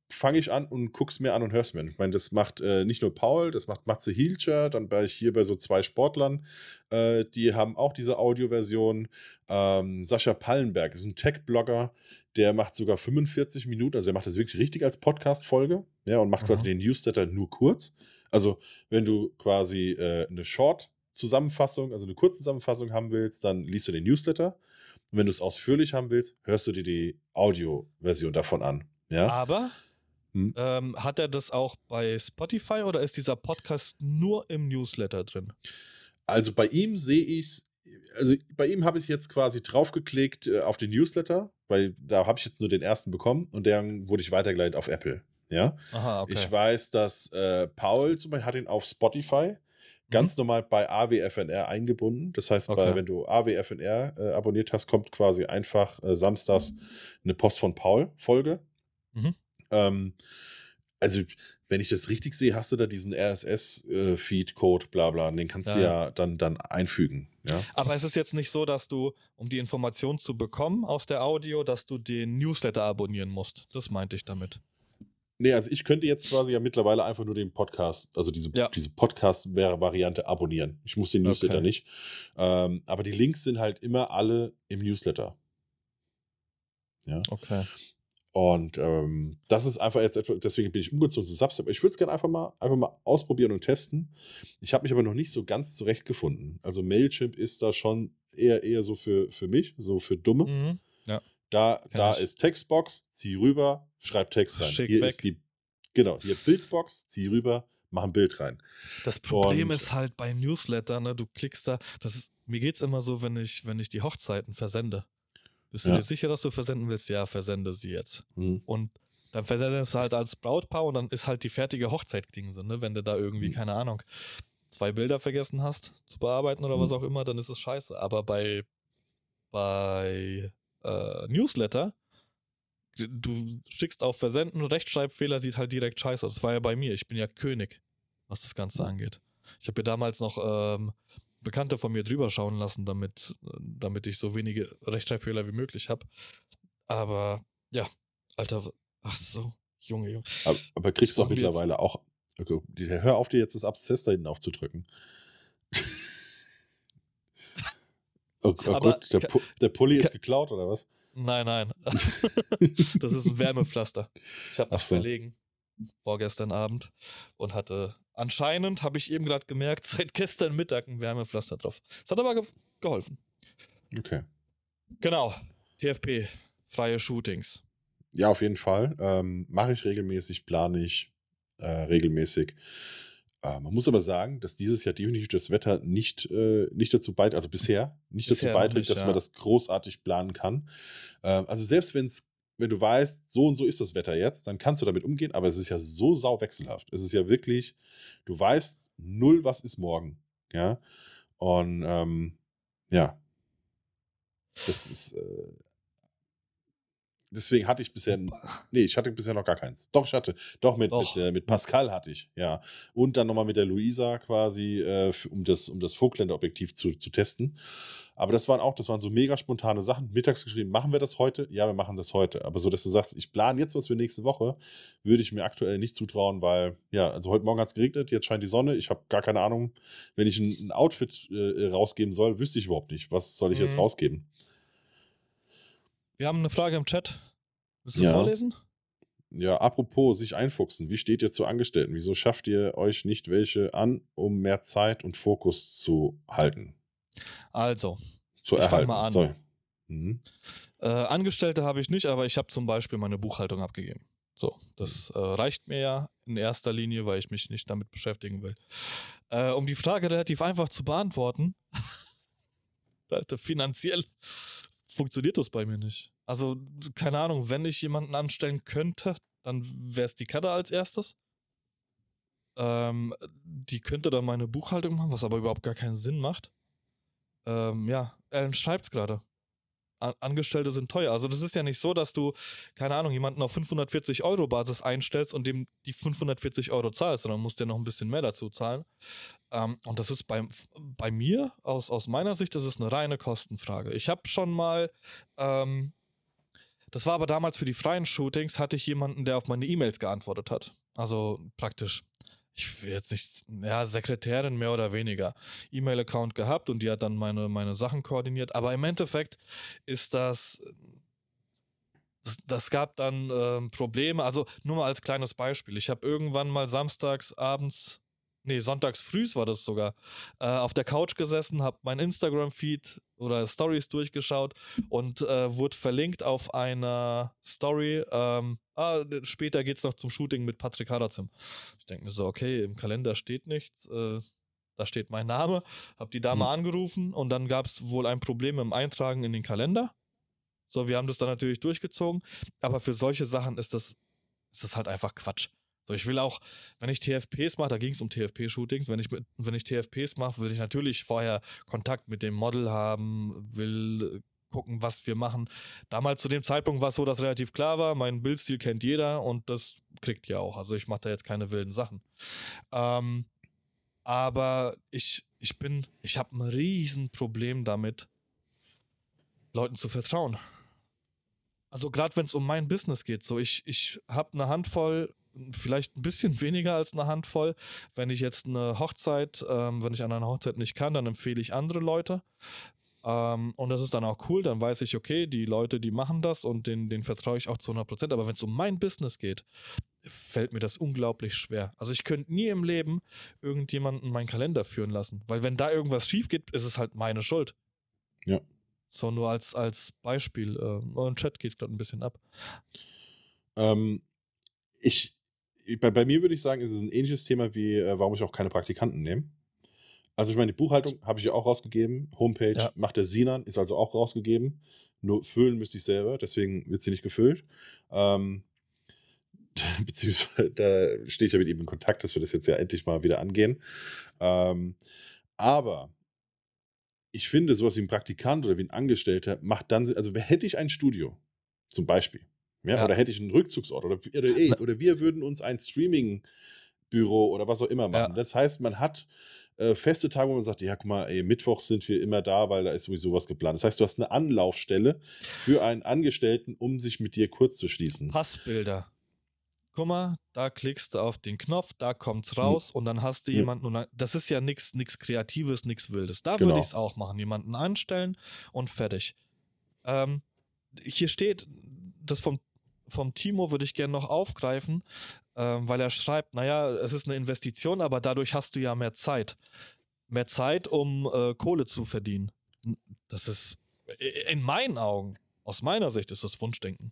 fange ich an und guck's mir an und hör's mir an. Ich meine, das macht äh, nicht nur Paul, das macht Matze Hilscher, dann war ich hier bei so zwei Sportlern, äh, die haben auch diese Audioversion. Ähm, Sascha Pallenberg ist ein Tech-Blogger, der macht sogar fünfundvierzig Minuten, also der macht das wirklich richtig als Podcast-Folge, ja, und macht quasi Aha. den Newsletter nur kurz. Also, wenn du quasi äh, eine Short-Zusammenfassung, also eine Kurzzusammenfassung haben willst, dann liest du den Newsletter. Und wenn du es ausführlich haben willst, hörst du dir die Audioversion davon an. Ja. Aber Hm. ähm, hat er das auch bei Spotify oder ist dieser Podcast nur im Newsletter drin? Also bei ihm sehe ich's, also bei ihm habe ich jetzt quasi draufgeklickt äh, auf den Newsletter, weil da habe ich jetzt nur den ersten bekommen und dann wurde ich weitergeleitet auf Apple. Ja. Aha, okay. Ich weiß, dass äh, Paul zum Beispiel hat ihn auf Spotify ganz Mhm. normal bei A W F N R eingebunden. Das heißt, bei, Okay. wenn du A W F N R äh, abonniert hast, kommt quasi einfach äh, samstags eine Post von Paul-Folge. Mhm. Ähm, also, wenn ich das richtig sehe, hast du da diesen R S S-Feed-Code, bla bla, und den kannst du Ja, ja dann, dann einfügen. Ja? Aber es ist jetzt nicht so, dass du, um die Information zu bekommen aus der Audio, dass du den Newsletter abonnieren musst. Das meinte ich damit. Nee, also ich könnte jetzt quasi ja mittlerweile einfach nur den Podcast, also diese, Ja. diese Podcast-Variante abonnieren. Ich muss den Newsletter Okay. nicht. Ähm, aber die Links sind halt immer alle im Newsletter. Ja. Okay. Und ähm, das ist einfach jetzt etwas, deswegen bin ich umgezogen zu Substack. Ich würde es gerne einfach mal, einfach mal ausprobieren und testen. Ich habe mich aber noch nicht so ganz zurechtgefunden. Also Mailchimp ist da schon eher, eher so für, für mich, so für Dumme. Mhm. Ja. Da, Kenn da ich. ist Textbox, zieh rüber, schreib Text rein. Schick Hier weg. ist die, genau, hier Bildbox, zieh rüber, mach ein Bild rein. Das Problem Und ist halt bei Newsletter, ne, du klickst da, das ist, mir geht's immer so, wenn ich, wenn ich die Hochzeiten versende. Bist du Ja. dir sicher, dass du versenden willst? Ja, versende sie jetzt. hm, Und dann versendest du halt als Brautpaar und dann ist halt die fertige Hochzeit Ding so, ne? Wenn du da irgendwie, Hm. keine Ahnung, zwei Bilder vergessen hast zu bearbeiten oder was Hm. auch immer, dann ist es scheiße. Aber bei, bei äh, Newsletter, du schickst auf Versenden, Rechtschreibfehler sieht halt direkt scheiße aus. Das war ja bei mir. Ich bin ja König, was das Ganze angeht. Ich habe mir damals noch ähm, Bekannte von mir drüber schauen lassen, damit, damit ich so wenige Rechtschreibfehler wie möglich habe. Aber ja, Alter, ach so, Junge, Junge. aber, aber kriegst du auch Brauchen wir jetzt- mittlerweile auch. Okay, die- hör auf, dir jetzt das Abszess da hinten aufzudrücken. Oh, oh Aber gut, der, ka- Pu der Pulli ist ka- geklaut, oder was? Nein, nein. Das ist ein Wärmepflaster. Ich habe Ach mich so. verlegen vorgestern Abend und hatte anscheinend, habe ich eben gerade gemerkt, seit gestern Mittag ein Wärmepflaster drauf. Das hat aber ge geholfen. Okay. Genau. T F P, freie Shootings. Ja, auf jeden Fall. Ähm, mache ich regelmäßig, plane ich äh, regelmäßig. Äh, man muss aber sagen, dass dieses Jahr definitiv das Wetter nicht, äh, nicht dazu beiträgt, also bisher nicht Bisher dazu noch beiträgt, nicht, dass ja. man das großartig planen kann. Ähm, also selbst wenn's, wenn du weißt, so und so ist das Wetter jetzt, dann kannst du damit umgehen, aber es ist ja so sau wechselhaft. Es ist ja wirklich, du weißt null, was ist morgen. Ja. Und ähm, ja, das ist. Äh, Deswegen hatte ich bisher, nee, ich hatte bisher noch gar keins. Doch, ich hatte, doch mit, Doch. mit, äh, mit Pascal hatte ich, ja. Und dann nochmal mit der Luisa quasi, äh, f- um das, um das Vogtländer-Objektiv zu, zu testen. Aber das waren auch, das waren so mega spontane Sachen. Mittags geschrieben, machen wir das heute? Ja, wir machen das heute. Aber so, dass du sagst, ich plane jetzt was für nächste Woche, würde ich mir aktuell nicht zutrauen, weil, ja, also heute Morgen hat es geregnet, jetzt scheint die Sonne. Ich habe gar keine Ahnung, wenn ich ein, ein Outfit äh, rausgeben soll, wüsste ich überhaupt nicht. Was soll ich jetzt Mhm. rausgeben? Wir haben eine Frage im Chat. Willst du Ja. vorlesen? Ja, apropos sich einfuchsen. Wie steht ihr zu Angestellten? Wieso schafft ihr euch nicht welche an, um mehr Zeit und Fokus zu halten? Also, Zu Ich fang erhalten. mal an. So. Mhm. äh, Angestellte habe ich nicht, aber ich habe zum Beispiel meine Buchhaltung abgegeben. So, das äh, reicht mir ja in erster Linie, weil ich mich nicht damit beschäftigen will. Äh, um die Frage relativ einfach zu beantworten, Alter, finanziell funktioniert das bei mir nicht. Also, keine Ahnung, wenn ich jemanden anstellen könnte, dann wäre es die Katte als erstes. Ähm, die könnte dann meine Buchhaltung machen, was aber überhaupt gar keinen Sinn macht. Ähm, ja, Alan schreibt's gerade. An Angestellte sind teuer. Also das ist ja nicht so, dass du, keine Ahnung, jemanden auf fünfhundertvierzig Euro Basis einstellst und dem die fünfhundertvierzig Euro zahlst, sondern musst dir noch ein bisschen mehr dazu zahlen. Ähm, und das ist bei, bei mir, aus, aus meiner Sicht, das ist eine reine Kostenfrage. Ich habe schon mal, ähm, Das war aber damals für die freien Shootings, hatte ich jemanden, der auf meine E-Mails geantwortet hat. Also praktisch, ich will jetzt nicht, ja, Sekretärin mehr oder weniger. E-Mail-Account gehabt und die hat dann meine, meine Sachen koordiniert. Aber im Endeffekt ist das, das, das gab dann ähm, Probleme. Also nur mal als kleines Beispiel. Ich habe irgendwann mal samstags abends, nee, sonntags frühs war das sogar, äh, auf der Couch gesessen, habe mein Instagram-Feed oder Stories durchgeschaut und äh, wurde verlinkt auf einer Story. Ähm, ah, später geht's noch zum Shooting mit Patrick Harazim. Ich denke mir so, okay, im Kalender steht nichts. Äh, da steht mein Name. Hab die Dame Hm. angerufen und dann gab es wohl ein Problem im Eintragen in den Kalender. So, wir haben das dann natürlich durchgezogen. Aber für solche Sachen ist das, ist das halt einfach Quatsch. So, ich will auch, wenn ich T F Ps mache, da ging es um T F P-Shootings, wenn ich, mit- wenn ich T F Ps mache, will ich natürlich vorher Kontakt mit dem Model haben, will äh, gucken, was wir machen. Damals zu dem Zeitpunkt war es so, dass relativ klar war, mein Bildstil kennt jeder und das kriegt ihr auch. Also ich mache da jetzt keine wilden Sachen. Ähm, aber ich, ich bin, ich habe ein Riesenproblem damit, Leuten zu vertrauen. Also gerade wenn es um mein Business geht, so ich, ich habe eine Handvoll, vielleicht ein bisschen weniger als eine Handvoll. Wenn ich jetzt eine Hochzeit, ähm, wenn ich an einer Hochzeit nicht kann, dann empfehle ich andere Leute. Ähm, und das ist dann auch cool, dann weiß ich, okay, die Leute, die machen das und denen, denen vertraue ich auch zu hundert Prozent. Aber wenn es um mein Business geht, fällt mir das unglaublich schwer. Also ich könnte nie im Leben irgendjemanden meinen Kalender führen lassen, weil wenn da irgendwas schief geht, ist es halt meine Schuld. Ja. So nur als, als Beispiel. Äh, Im Chat geht es gerade ein bisschen ab. Ähm, ich, bei, bei mir würde ich sagen, ist es ein ähnliches Thema wie, äh, warum ich auch keine Praktikanten nehme. Also ich meine, die Buchhaltung habe ich ja auch rausgegeben. Homepage Ja. macht der Sinan, ist also auch rausgegeben. Nur füllen müsste ich selber, deswegen wird sie nicht gefüllt. Ähm, beziehungsweise da stehe ich ja mit ihm in Kontakt, dass wir das jetzt ja endlich mal wieder angehen. Ähm, aber ich finde, sowas wie ein Praktikant oder wie ein Angestellter macht dann Sinn. Also wer- hätte ich ein Studio, zum Beispiel, ja, Ja. oder hätte ich einen Rückzugsort oder, oder, ey, Na- oder wir würden uns ein Streaming-Büro oder was auch immer machen. Ja. Das heißt, man hat äh, feste Tage, wo man sagt, ja, guck mal, ey, Mittwochs sind wir immer da, weil da ist sowieso was geplant. Das heißt, du hast eine Anlaufstelle für einen Angestellten, um sich mit dir kurz zu schließen. Passbilder. Guck mal, da klickst du auf den Knopf, da kommt's Hm, raus und dann hast du hm, jemanden. Und dann, das ist ja nichts nix Kreatives, nichts Wildes. Da würde ich es genau. auch machen. Jemanden anstellen und fertig. Ähm, hier steht, das vom, vom Timo würde ich gerne noch aufgreifen, ähm, weil er schreibt, naja, es ist eine Investition, aber dadurch hast du ja mehr Zeit. Mehr Zeit, um äh, Kohle zu verdienen. N- Das ist, i- in meinen Augen, aus meiner Sicht, ist das Wunschdenken.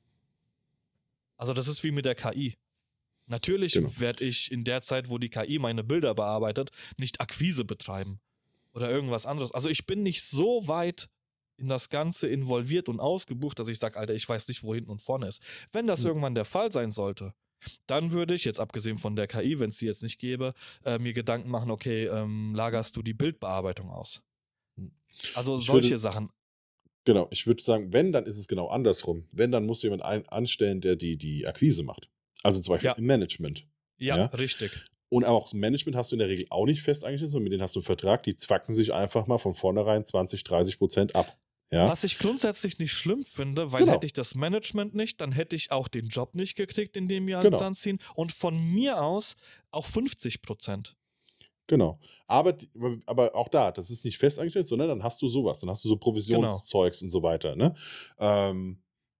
Also das ist wie mit der K I. Natürlich Genau. werde ich in der Zeit, wo die K I meine Bilder bearbeitet, nicht Akquise betreiben oder irgendwas anderes. Also ich bin nicht so weit in das Ganze involviert und ausgebucht, dass ich sage, Alter, ich weiß nicht, wo hinten und vorne ist. Wenn das Hm. irgendwann der Fall sein sollte, dann würde ich, jetzt abgesehen von der K I, wenn es die jetzt nicht gäbe, äh, mir Gedanken machen, okay, ähm, lagerst du die Bildbearbeitung aus? Hm. Also Ich solche würde, Sachen. genau, ich würde sagen, wenn, dann ist es genau andersrum. Wenn, dann musst du jemanden ein, anstellen, der die, die Akquise macht. Also zum Beispiel Ja, im Management. ja, Ja. richtig. Und auch im Management hast du in der Regel auch nicht fest eingestellt, sondern mit denen hast du einen Vertrag, die zwacken sich einfach mal von vornherein zwanzig, dreißig Prozent ab. Ja. Was ich grundsätzlich nicht schlimm finde, weil hätte Genau. ich das Management nicht, dann hätte ich auch den Job nicht gekriegt, in dem wir Genau. dann ziehen. Und von mir aus auch fünfzig Prozent. Genau. Aber, die- aber auch da, das ist nicht fest eingestellt, sondern dann hast du sowas. Dann hast du so Genau. Provisionszeugs und so weiter. Ne? Ähm,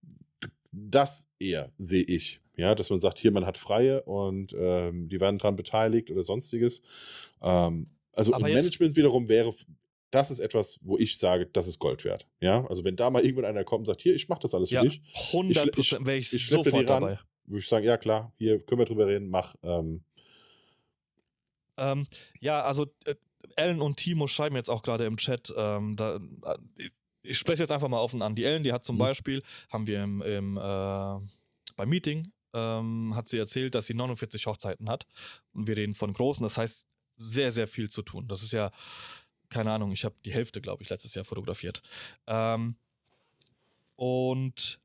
das eher sehe ich. Ja, dass man sagt, hier, man hat Freie und ähm, die werden daran beteiligt oder sonstiges. Ähm, also Aber im jetzt, Management wiederum wäre, f- das ist etwas, wo ich sage, das ist Gold wert. Ja, also wenn da mal irgendwann einer kommt und sagt, hier, ich mache das alles für ja, dich, ich, schle hundert ich, Prozent wäre ich ich schleppe die sofort ran, dabei. würde ich sagen, ja klar, hier können wir drüber reden, mach. Ähm, Ähm, ja, also äh, Ellen und Timo schreiben jetzt auch gerade im Chat, ähm, da, äh, ich spreche jetzt einfach mal offen an. Die Ellen, die hat zum hm, Beispiel, haben wir im, im äh, beim Meeting, ähm, hat sie erzählt, dass sie neunundvierzig Hochzeiten hat. Und wir reden von großen, das heißt sehr, sehr viel zu tun. Das ist ja, keine Ahnung, ich habe die Hälfte, glaube ich, letztes Jahr fotografiert. Ähm, und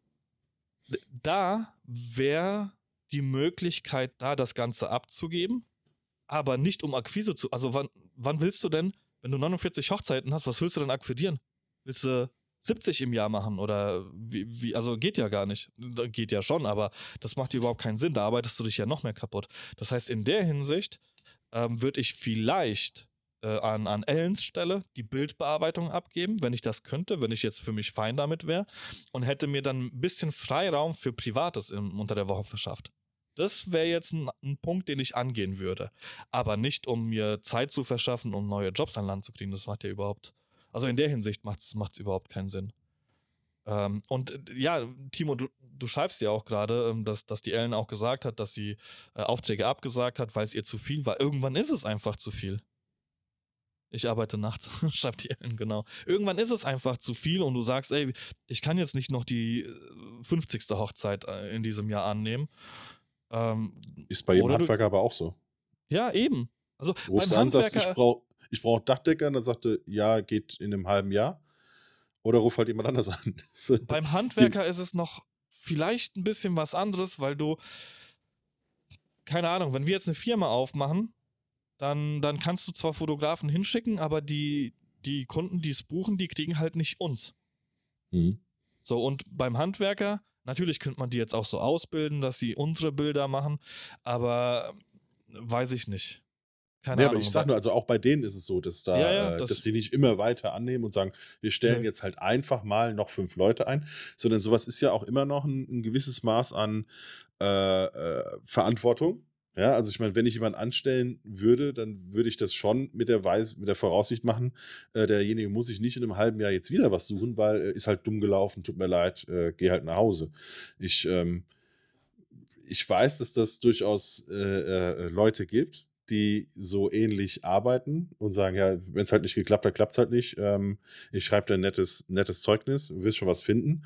da wäre die Möglichkeit da, das Ganze abzugeben, aber nicht um Akquise zu. Also wann, wann willst du denn, wenn du neunundvierzig Hochzeiten hast, was willst du denn akquirieren? Willst du siebzig im Jahr machen oder wie, wie, also geht ja gar nicht. Da Geht ja schon, aber das macht dir überhaupt keinen Sinn. Da arbeitest du dich ja noch mehr kaputt. Das heißt, in der Hinsicht ähm, würde ich vielleicht äh, an, an Ellens Stelle die Bildbearbeitung abgeben, wenn ich das könnte, wenn ich jetzt für mich fein damit wäre und hätte mir dann ein bisschen Freiraum für Privates im, unter der Woche verschafft. Das wäre jetzt ein, ein Punkt, den ich angehen würde. Aber nicht, um mir Zeit zu verschaffen, um neue Jobs an Land zu kriegen. Das macht ja überhaupt, also in der Hinsicht macht es überhaupt keinen Sinn. Ähm, und äh, ja, Timo, du, du schreibst ja auch gerade, ähm, dass, dass die Ellen auch gesagt hat, dass sie äh, Aufträge abgesagt hat, weil es ihr zu viel war. Irgendwann ist es einfach zu viel. Ich arbeite nachts, schreibt die Ellen, genau. Irgendwann ist es einfach zu viel und du sagst, ey, ich kann jetzt nicht noch die äh, fünfzigste Hochzeit äh, in diesem Jahr annehmen. Ähm, Ist bei jedem oder du, Handwerker aber auch so. ja, eben. Also Du rufst beim an, sagst, ich Handwerker, brauche ich brauch einen Dachdecker, und dann sagt er, ja, geht in einem halben Jahr. Oder ruf halt jemand anders an. Das, äh, beim die, Handwerker ist es noch vielleicht ein bisschen was anderes, weil du, keine Ahnung, wenn wir jetzt eine Firma aufmachen, dann, dann kannst du zwar Fotografen hinschicken, aber die, die Kunden, die es buchen, die kriegen halt nicht uns. Mhm. So, und beim Handwerker, natürlich könnte man die jetzt auch so ausbilden, dass sie unsere Bilder machen, aber weiß ich nicht. Keine Nee, aber ich Ahnung. sag Weil, nur, also auch bei denen ist es so, dass ja, ja, da, äh, dass das, die nicht immer weiter annehmen und sagen, wir stellen nö. jetzt halt einfach mal noch fünf Leute ein, sondern sowas ist ja auch immer noch ein, ein gewisses Maß an äh, äh, Verantwortung. Ja, also ich meine, wenn ich jemanden anstellen würde, dann würde ich das schon mit der Weis mit der Voraussicht machen, äh, derjenige muss sich nicht in einem halben Jahr jetzt wieder was suchen, weil äh, ist halt dumm gelaufen, tut mir leid, äh, geh halt nach Hause. Ich, ähm, ich weiß, dass das durchaus äh, äh, Leute gibt, die so ähnlich arbeiten und sagen, ja, wenn es halt nicht geklappt hat, klappt es halt nicht. Ähm, ich schreibe dir ein nettes, nettes Zeugnis, du wirst schon was finden.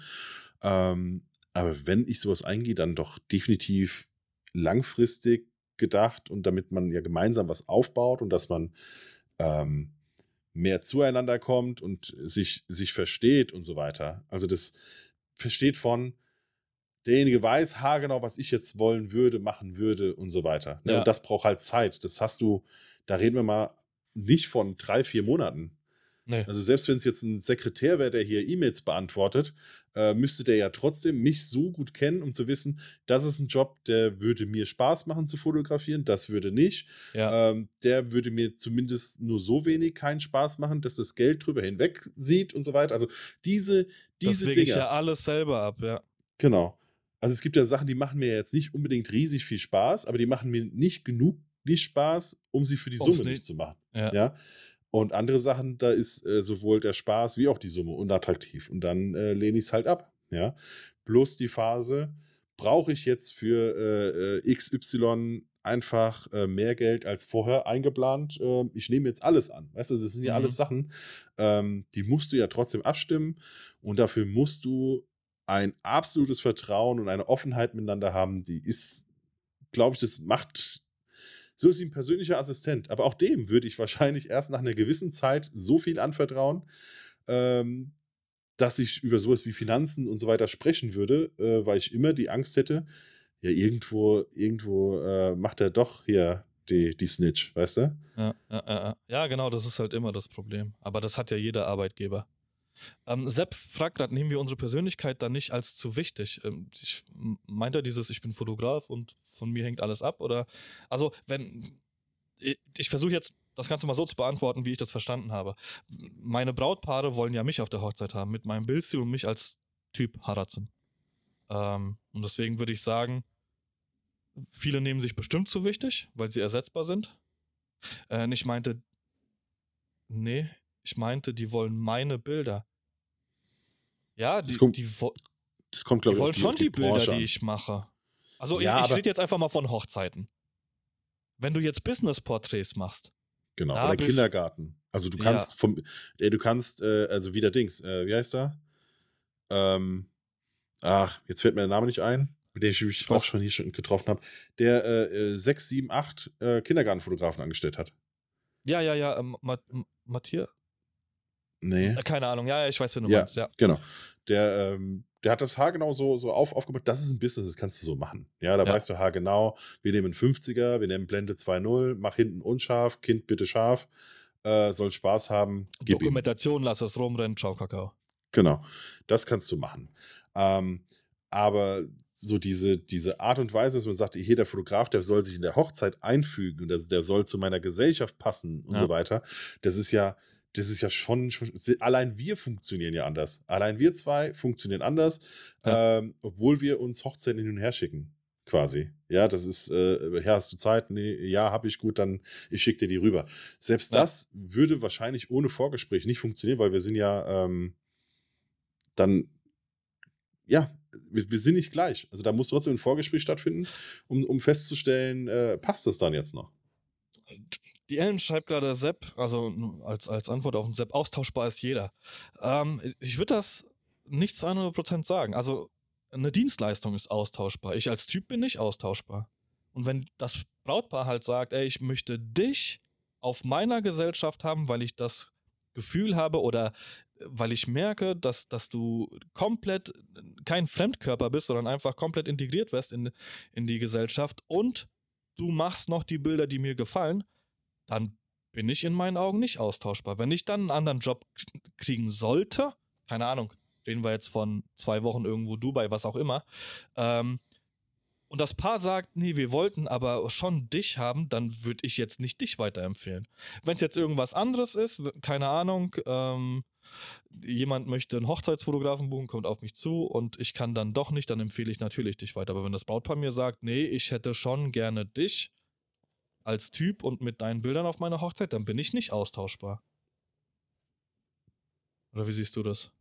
Ähm, aber wenn ich sowas eingehe, dann doch definitiv langfristig gedacht und damit man ja gemeinsam was aufbaut und dass man ähm, mehr zueinander kommt und sich, sich versteht und so weiter. Also das versteht von, derjenige weiß haargenau, was ich jetzt wollen würde, machen würde und so weiter. Ne? Und Ja, das braucht halt Zeit. Das hast du, da reden wir mal nicht von drei, vier Monaten. nee. Also selbst wenn es jetzt ein Sekretär wäre, der hier E-Mails beantwortet, äh, müsste der ja trotzdem mich so gut kennen, um zu wissen, das ist ein Job, der würde mir Spaß machen zu fotografieren, das würde nicht. Ja, Ähm, der würde mir zumindest nur so wenig keinen Spaß machen, dass das Geld drüber hinweg sieht und so weiter. Also diese, das diese wege ich ja Dinger. alles selber ab, ja. Genau. Also, es gibt ja Sachen, die machen mir jetzt nicht unbedingt riesig viel Spaß, aber die machen mir nicht genug nicht Spaß, um sie für die Um's Summe nicht nicht, zu machen, ja. ja? Und andere Sachen, da ist, äh, sowohl der Spaß wie auch die Summe unattraktiv und dann, äh, lehne ich's halt ab, ja? Bloß die Phase, brauche ich jetzt für, äh, äh, X Y einfach, äh, mehr Geld als vorher eingeplant? Ähm, ich nehme jetzt alles an. Weißt du, das sind ja alles Mhm. Sachen, ähm, die musst du ja trotzdem abstimmen und dafür musst du ein absolutes Vertrauen und eine Offenheit miteinander haben, die ist, glaube ich, das macht so ist sie 'n persönlicher Assistent, aber auch dem würde ich wahrscheinlich erst nach einer gewissen Zeit so viel anvertrauen, ähm, dass ich über sowas wie Finanzen und so weiter sprechen würde, äh, weil ich immer die Angst hätte, ja, irgendwo irgendwo, äh, macht er doch hier die die Snitch, weißt du? Ja, ja, ja, ja. Ja, genau, das ist halt immer das Problem. Aber das hat ja jeder Arbeitgeber. Ähm, Sepp fragt gerade, nehmen wir unsere Persönlichkeit dann nicht als zu wichtig? Ähm, ich, m- meint er dieses, ich bin Fotograf und von mir hängt alles ab? Oder, also, wenn, ich, ich versuche jetzt das Ganze mal so zu beantworten, wie ich das verstanden habe. Meine Brautpaare wollen ja mich auf der Hochzeit haben, mit meinem Bildstil und mich als Typ Haratzen. Ähm, und deswegen würde ich sagen, viele nehmen sich bestimmt zu wichtig, weil sie ersetzbar sind. Äh, und ich meinte, nee, ich meinte, die wollen meine Bilder. Ja, Das die, kommt die, wo- das kommt, glaube die ich, auf wollen die auf schon die die Bilder, Branche die an. ich mache. Also ich, Ja, ich aber rede jetzt einfach mal von Hochzeiten. Wenn du jetzt Business-Porträts machst, genau, da oder bist, Kindergarten. Also, du ja, kannst vom äh, du kannst, äh also, wieder Dings, äh, wie heißt er? Ähm, ach, jetzt fällt mir der Name nicht ein, mit dem ich mich ich auch weiß, schon hier schon getroffen habe, der, äh, äh, sechs, sieben, acht, äh, Kindergartenfotografen angestellt hat. ja, ja, ja, ähm, Ma M- Matthias, Ne, äh, keine Ahnung, ja, ja, ich weiß, wen du ja, meinst, ja, genau. Der, ähm der hat das haargenau so so auf aufgebaut. Das ist 'n Business, das kannst du so machen. Ja, da ja. weißt du haargenau, wir nehmen 'n fünfziger, wir nehmen Blende zwei null, mach hinten unscharf, Kind bitte scharf, äh, soll Spaß haben, gib ihm. Dokumentation, lass es rumrennen, ciao, Kakao. Genau, das kannst du machen. Ähm, aber so diese diese Art und Weise, dass man sagt: „Hier, der Fotograf, der soll sich in der Hochzeit einfügen und der der soll zu meiner Gesellschaft passen“ und so Ja, weiter. Das ist ja das ist ja schon schon si allein wir funktionieren ja anders. Allein wir zwei funktionieren anders, ja, ähm, obwohl wir uns Hochzeiten hin und her schicken, quasi. Ja, das ist, äh: „Ja, hast du Zeit?“ „Ne“, „Ja, habe ich.“ „Gut, dann ich schicke dir die rüber.“ Selbst ja. das würde wahrscheinlich ohne Vorgespräch nicht funktionieren, weil wir sind ja, ähm dann ja, wir wir sind nicht gleich. Also, da muss trotzdem 'n Vorgespräch stattfinden, um um festzustellen, äh, passt das dann jetzt noch? Die Ellen schreibt gerade Sepp, also n- als, als Antwort auf den Sepp, austauschbar ist jeder. Ähm, ich würde das nicht zu hundert Prozent sagen. Also eine Dienstleistung ist austauschbar. Ich als Typ bin nicht austauschbar. Und wenn das Brautpaar halt sagt, ey, ich möchte dich auf meiner Gesellschaft haben, weil ich das Gefühl habe oder äh, weil ich merke, dass, dass du komplett äh, kein Fremdkörper bist, sondern einfach komplett integriert wirst in, in die Gesellschaft und du machst noch die Bilder, die mir gefallen, dann bin ich in meinen Augen nicht austauschbar. Wenn ich dann einen anderen Job k- kriegen sollte, keine Ahnung, reden wir jetzt von zwei Wochen irgendwo Dubai, was auch immer, ähm, und das Paar sagt, nee, wir wollten aber schon dich haben, dann würde ich jetzt nicht dich weiterempfehlen. Wenn es jetzt irgendwas anderes ist, w- keine Ahnung, ähm, jemand möchte einen Hochzeitsfotografen buchen, kommt auf mich zu und ich kann dann doch nicht, dann empfehle ich natürlich dich weiter. Aber wenn das Brautpaar mir sagt, nee, ich hätte schon gerne dich als Typ und mit deinen Bildern auf meiner Hochzeit, dann bin ich nicht austauschbar. Oder wie siehst du das?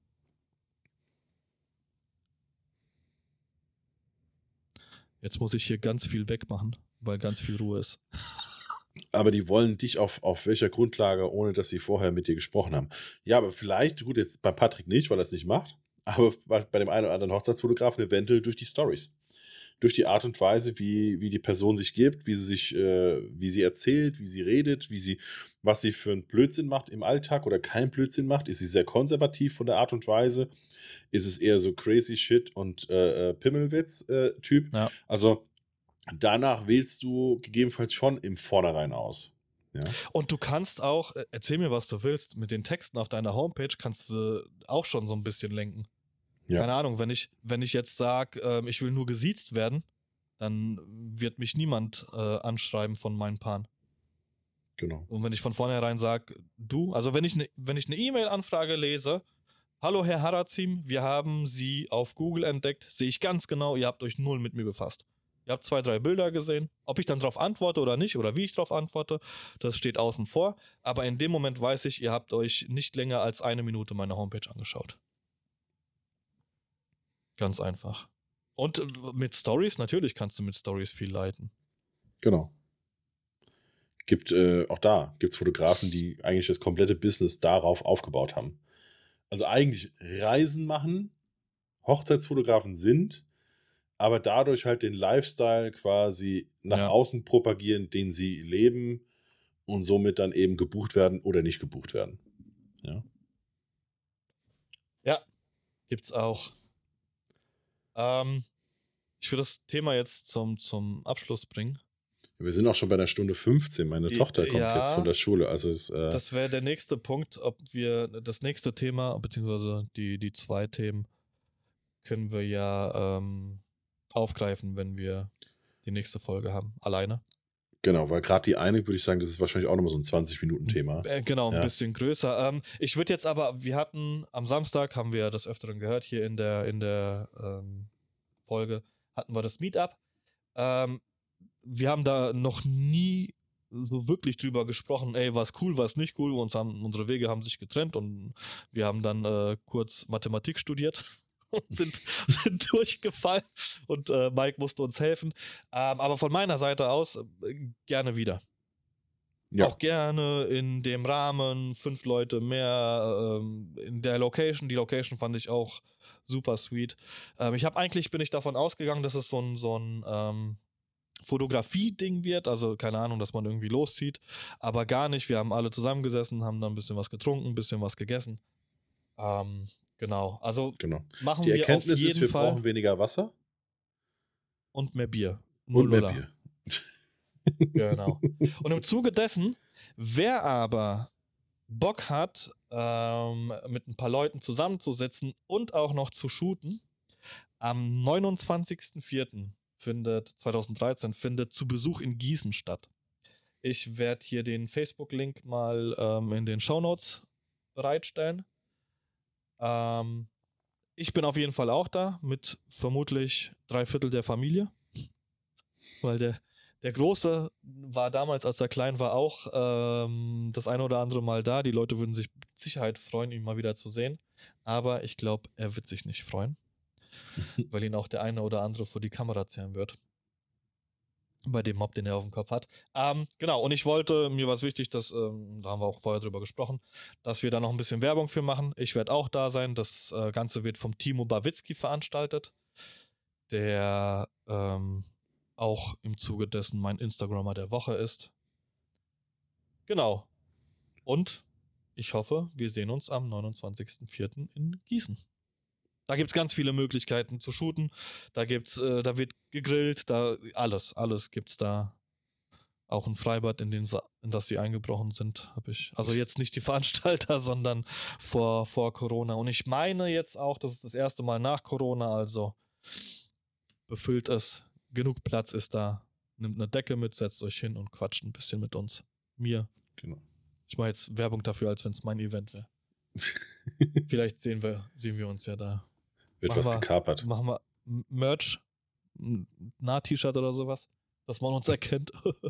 Jetzt muss ich hier ganz viel wegmachen, weil ganz viel Ruhe ist. Aber die wollen dich auf auf welcher Grundlage, ohne dass sie vorher mit dir gesprochen haben? Ja, aber vielleicht gut, jetzt bei Patrick nicht, weil er's nicht macht, aber bei bei dem einen oder anderen Hochzeitsfotografen eventuell durch die Stories. Durch die Art und Weise, wie wie die Person sich gibt, wie sie sich äh, wie sie erzählt, wie sie redet, wie sie was sie für 'n Blödsinn macht im Alltag oder keinen Blödsinn macht. Ist sie sehr konservativ von der Art und Weise? Ist es eher so crazy shit und, äh, äh, Pimmelwitz, äh, Typ? Ja. Also, danach wählst du gegebenenfalls schon im Vornherein aus, ja? Und du kannst auch, äh, erzähl mir, was du willst, mit den Texten auf deiner Homepage kannst du auch schon so ein bisschen lenken. Ja, Keine Ahnung, wenn ich, wenn ich jetzt sage, ähm, ich will nur gesiezt werden, dann wird mich niemand äh, anschreiben von meinen Paaren. genau. Und wenn ich von vornherein sage, du, also wenn ich eine wenn ich eine E-Mail-Anfrage lese, hallo Herr Harazim, wir haben Sie auf Google entdeckt, sehe ich ganz genau, ihr habt euch null mit mir befasst. Ihr habt zwei, drei Bilder gesehen. Ob ich dann darauf antworte oder nicht oder wie ich darauf antworte, das steht außen vor. Aber in dem Moment weiß ich, ihr habt euch nicht länger als eine Minute meine Homepage angeschaut. Ganz einfach. Und äh, mit Stories, natürlich kannst du mit Stories viel leiten. Genau. Gibt, äh auch da gibt's Fotografen, die eigentlich das komplette Business darauf aufgebaut haben. Also, eigentlich Reisen machen, Hochzeitsfotografen sind, aber dadurch halt den Lifestyle quasi nach Ja. außen propagieren, den sie leben und somit dann eben gebucht werden oder nicht gebucht werden. Ja, Ja, gibt's auch. das Ähm, ich will das Thema jetzt zum, zum Abschluss bringen. wir sind auch schon bei der Stunde fünfzehn. Meine I- Tochter kommt jetzt von Ja, der Schule, also es, äh das wäre der nächste Punkt, ob wir das nächste Thema, beziehungsweise die, die zwei Themen, können wir ja ähm, aufgreifen, wenn wir die nächste Folge haben. Alleine. genau, weil gerade die eine, würde ich sagen, das ist wahrscheinlich auch noch mal so ein zwanzig Minuten M- Thema. Äh, genau, ein Ja, bisschen größer. Ähm, ich würde jetzt aber, wir hatten am Samstag, haben wir das Öfteren gehört, hier in der, in der ähm, Folge, hatten wir das Meetup. Ähm, wir haben da noch nie so wirklich drüber gesprochen, ey, was cool, was nicht cool. Uns haben, unsere Wege haben sich getrennt und wir haben dann äh, kurz Mathematik studiert und sind, sind durchgefallen und äh, Mike musste uns helfen. Ähm, aber von meiner Seite aus äh, gerne wieder. ja, Auch gerne in dem Rahmen, fünf Leute mehr, ähm, in der Location. Die Location fand ich auch super sweet. Ähm, ich habe eigentlich, bin ich davon ausgegangen, dass es so ein, so ein ähm, Fotografie-Ding wird, also keine Ahnung, dass man irgendwie loszieht, aber gar nicht. Wir haben alle zusammengesessen, haben dann ein bisschen was getrunken, ein bisschen was gegessen. Ähm, genau, also genau. Die machen wir auf Erkenntnis ist, jeden wir Fall brauchen weniger Wasser und mehr Bier. und mehr null nuller. Bier. Genau. Und im Zuge dessen, wer aber Bock hat, ähm, mit ein paar Leuten zusammenzusitzen und auch noch zu shooten, am neunundzwanzigsten vierten findet, zweitausenddreizehn, findet zu Besuch in Gießen statt. Ich werde hier den Facebook-Link mal ähm, in den Shownotes bereitstellen. Ähm, ich bin auf jeden Fall auch da, mit vermutlich drei Viertel der Familie. Weil der, der Große war damals, als er klein war, auch ähm, das eine oder andere Mal da. Die Leute würden sich mit Sicherheit freuen, ihn mal wieder zu sehen. Aber ich glaube, er wird sich nicht freuen, weil ihn auch der eine oder andere vor die Kamera zerren wird. Bei dem Mob, den er auf dem Kopf hat. Ähm, genau, und ich wollte, mir war es wichtig, dass, ähm, da haben wir auch vorher drüber gesprochen, dass wir da noch ein bisschen Werbung für machen. Ich werde auch da sein. Das äh, Ganze wird vom Timo Bawitzki veranstaltet, der ähm, auch im Zuge dessen mein Instagrammer der Woche ist. Genau. Und ich hoffe, wir sehen uns am neunundzwanzigsten vierten in Gießen. Da gibt es ganz viele Möglichkeiten zu shooten. Da gibt's, äh, da wird gegrillt, da alles, alles gibt's da. Auch ein Freibad, in, den, Sa- in das sie eingebrochen sind, habe ich. Also jetzt nicht die Veranstalter, sondern vor, vor Corona. Und ich meine jetzt auch, das ist das erste Mal nach Corona, also befüllt es. Genug Platz ist da. Nimmt eine Decke mit, setzt euch hin und quatscht ein bisschen mit uns. Mir. Genau. Ich mache jetzt Werbung dafür, als wenn es mein Event wäre. Vielleicht sehen wir, sehen wir uns ja da. Wird Machen was wir- gekapert. Machen wir M- Merch, ein Nah-T-Shirt oder sowas, dass man uns erkennt.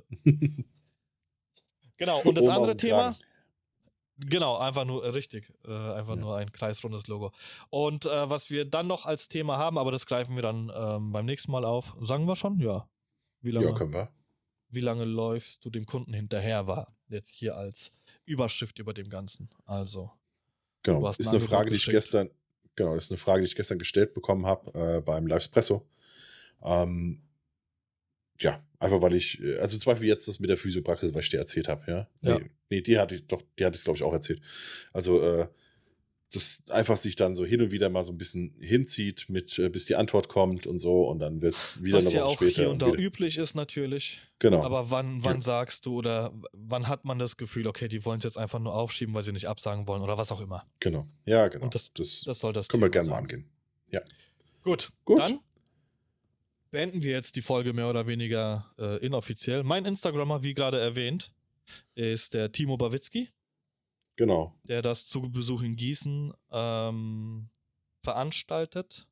Genau, und das Oben auf andere dem Thema, Kragen. genau, einfach nur, äh, richtig, äh, einfach Ja. nur ein kreisrundes Logo. Und äh, was wir dann noch als Thema haben, aber das greifen wir dann ähm, beim nächsten Mal auf, sagen wir schon? Ja. Wie lange, Ja, können wir. wie lange läufst du dem Kunden hinterher, war jetzt hier als Überschrift über dem Ganzen. Also, Du Genau. hast Ist ein eine Angebot Frage, die ich geschickt. gestern, genau, ist eine Frage, die ich gestern gestellt bekommen habe äh, beim Livespresso. Ähm, ja, einfach weil ich, äh, also zum Beispiel jetzt das mit der Physiopraxis, was ich dir erzählt habe, ja. Ja. Nee, nee, die hatte ich doch, die hatte ich, glaube ich, auch erzählt. Also, äh, das einfach sich dann so hin und wieder mal so ein bisschen hinzieht, mit, äh, bis die Antwort kommt und so, und dann wird es wieder Was eine ja Woche auch später hier und und da wieder. üblich ist natürlich. Genau. Aber wann, wann Ja. sagst du oder w- wann hat man das Gefühl, okay, die wollen es jetzt einfach nur aufschieben, weil sie nicht absagen wollen oder was auch immer. Genau. Ja, genau. Und das, das das soll das können wir Thema gerne mal sein. angehen. Ja. Gut, Gut. dann beenden wir jetzt die Folge mehr oder weniger äh, inoffiziell. Mein Instagrammer, wie gerade erwähnt, ist der Timo Bawitzki, Genau. der das zu Besuch in Gießen ähm, veranstaltet.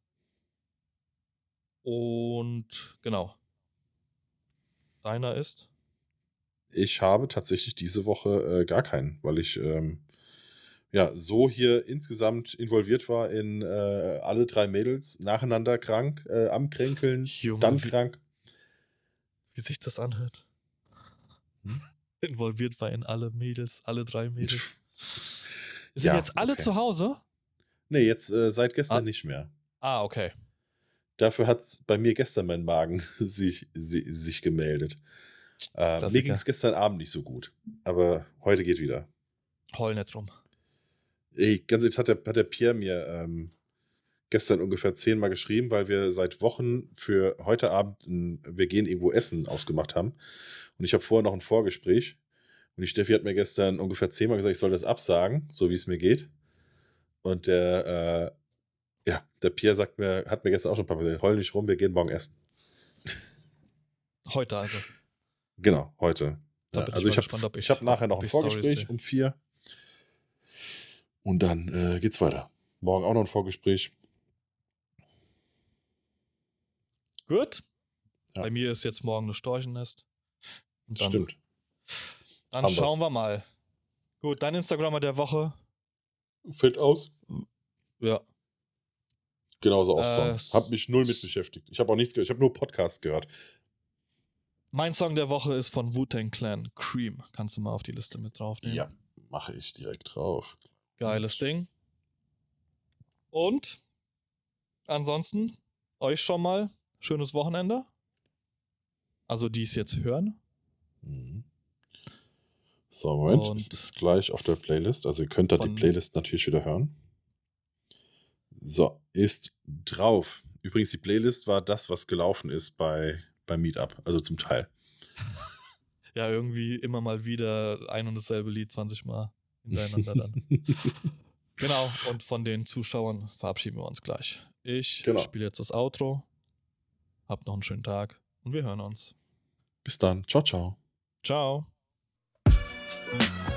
Und genau. Deiner ist? Ich habe tatsächlich diese Woche äh, gar keinen, weil ich ähm, ja so hier insgesamt involviert war in äh, alle drei Mädels nacheinander krank, äh, am Kränkeln, Junge, dann wie- krank. Wie sich das anhört. Hm? Involviert war in alle Mädels, alle drei Mädels. Sind Ja, jetzt alle okay. zu Hause? Nee, jetzt äh, seit gestern Ah. nicht mehr. Ah, okay. Dafür hat bei mir gestern mein Magen sich, si- sich gemeldet. Äh, mir Klassiker. ging es gestern Abend nicht so gut, aber heute geht wieder. Heul nicht rum. Ey, ganz ehrlich, hat der, hat der Pierre mir ähm, gestern ungefähr zehnmal geschrieben, weil wir seit Wochen für heute Abend ein Wir gehen irgendwo essen ausgemacht haben. Und ich habe vorher noch ein Vorgespräch. Und die Steffi hat mir gestern ungefähr zehnmal gesagt, ich soll das absagen, so wie es mir geht. Und der, äh, ja, der Pierre sagt mir, hat mir gestern auch schon ein paar Mal gesagt, heul nicht rum, wir gehen morgen essen. Heute also. Genau, heute. Da Ja, bin also ich ich mal habe gespannt, ob ich, ich hab nachher noch ob ein ich Stories Vorgespräch sehe. um vier. Und dann äh, geht's weiter. Morgen auch noch ein Vorgespräch. Gut. Ja. Bei mir ist jetzt morgen das Storchennest. Und dann, Stimmt. Dann Haben schauen wir's. wir mal. Gut, dein Instagrammer der Woche. Fällt aus. Ja. Genauso aus Äh, Song. Hab mich null mit beschäftigt. Ich habe auch nichts gehört. Ich habe nur Podcasts gehört. Mein Song der Woche ist von Wu-Tang Clan, Cream. Kannst du mal auf die Liste mit draufnehmen. Ja, mache ich direkt drauf. Geiles Ding. Und ansonsten euch schon mal schönes Wochenende. Also die es jetzt hören. Mhm. So, Moment. Und es ist gleich auf der Playlist. Also ihr könnt da die von- Playlist natürlich wieder hören. So, ist drauf. Übrigens, die Playlist war das, was gelaufen ist bei, bei Meetup. Also zum Teil. Ja, irgendwie immer mal wieder ein und dasselbe Lied zwanzig Mal miteinander dann. Genau, und von den Zuschauern verabschieden wir uns gleich. Ich Genau. spiele jetzt das Outro. Habt noch einen schönen Tag und wir hören uns. Bis dann. Ciao, ciao. Ciao.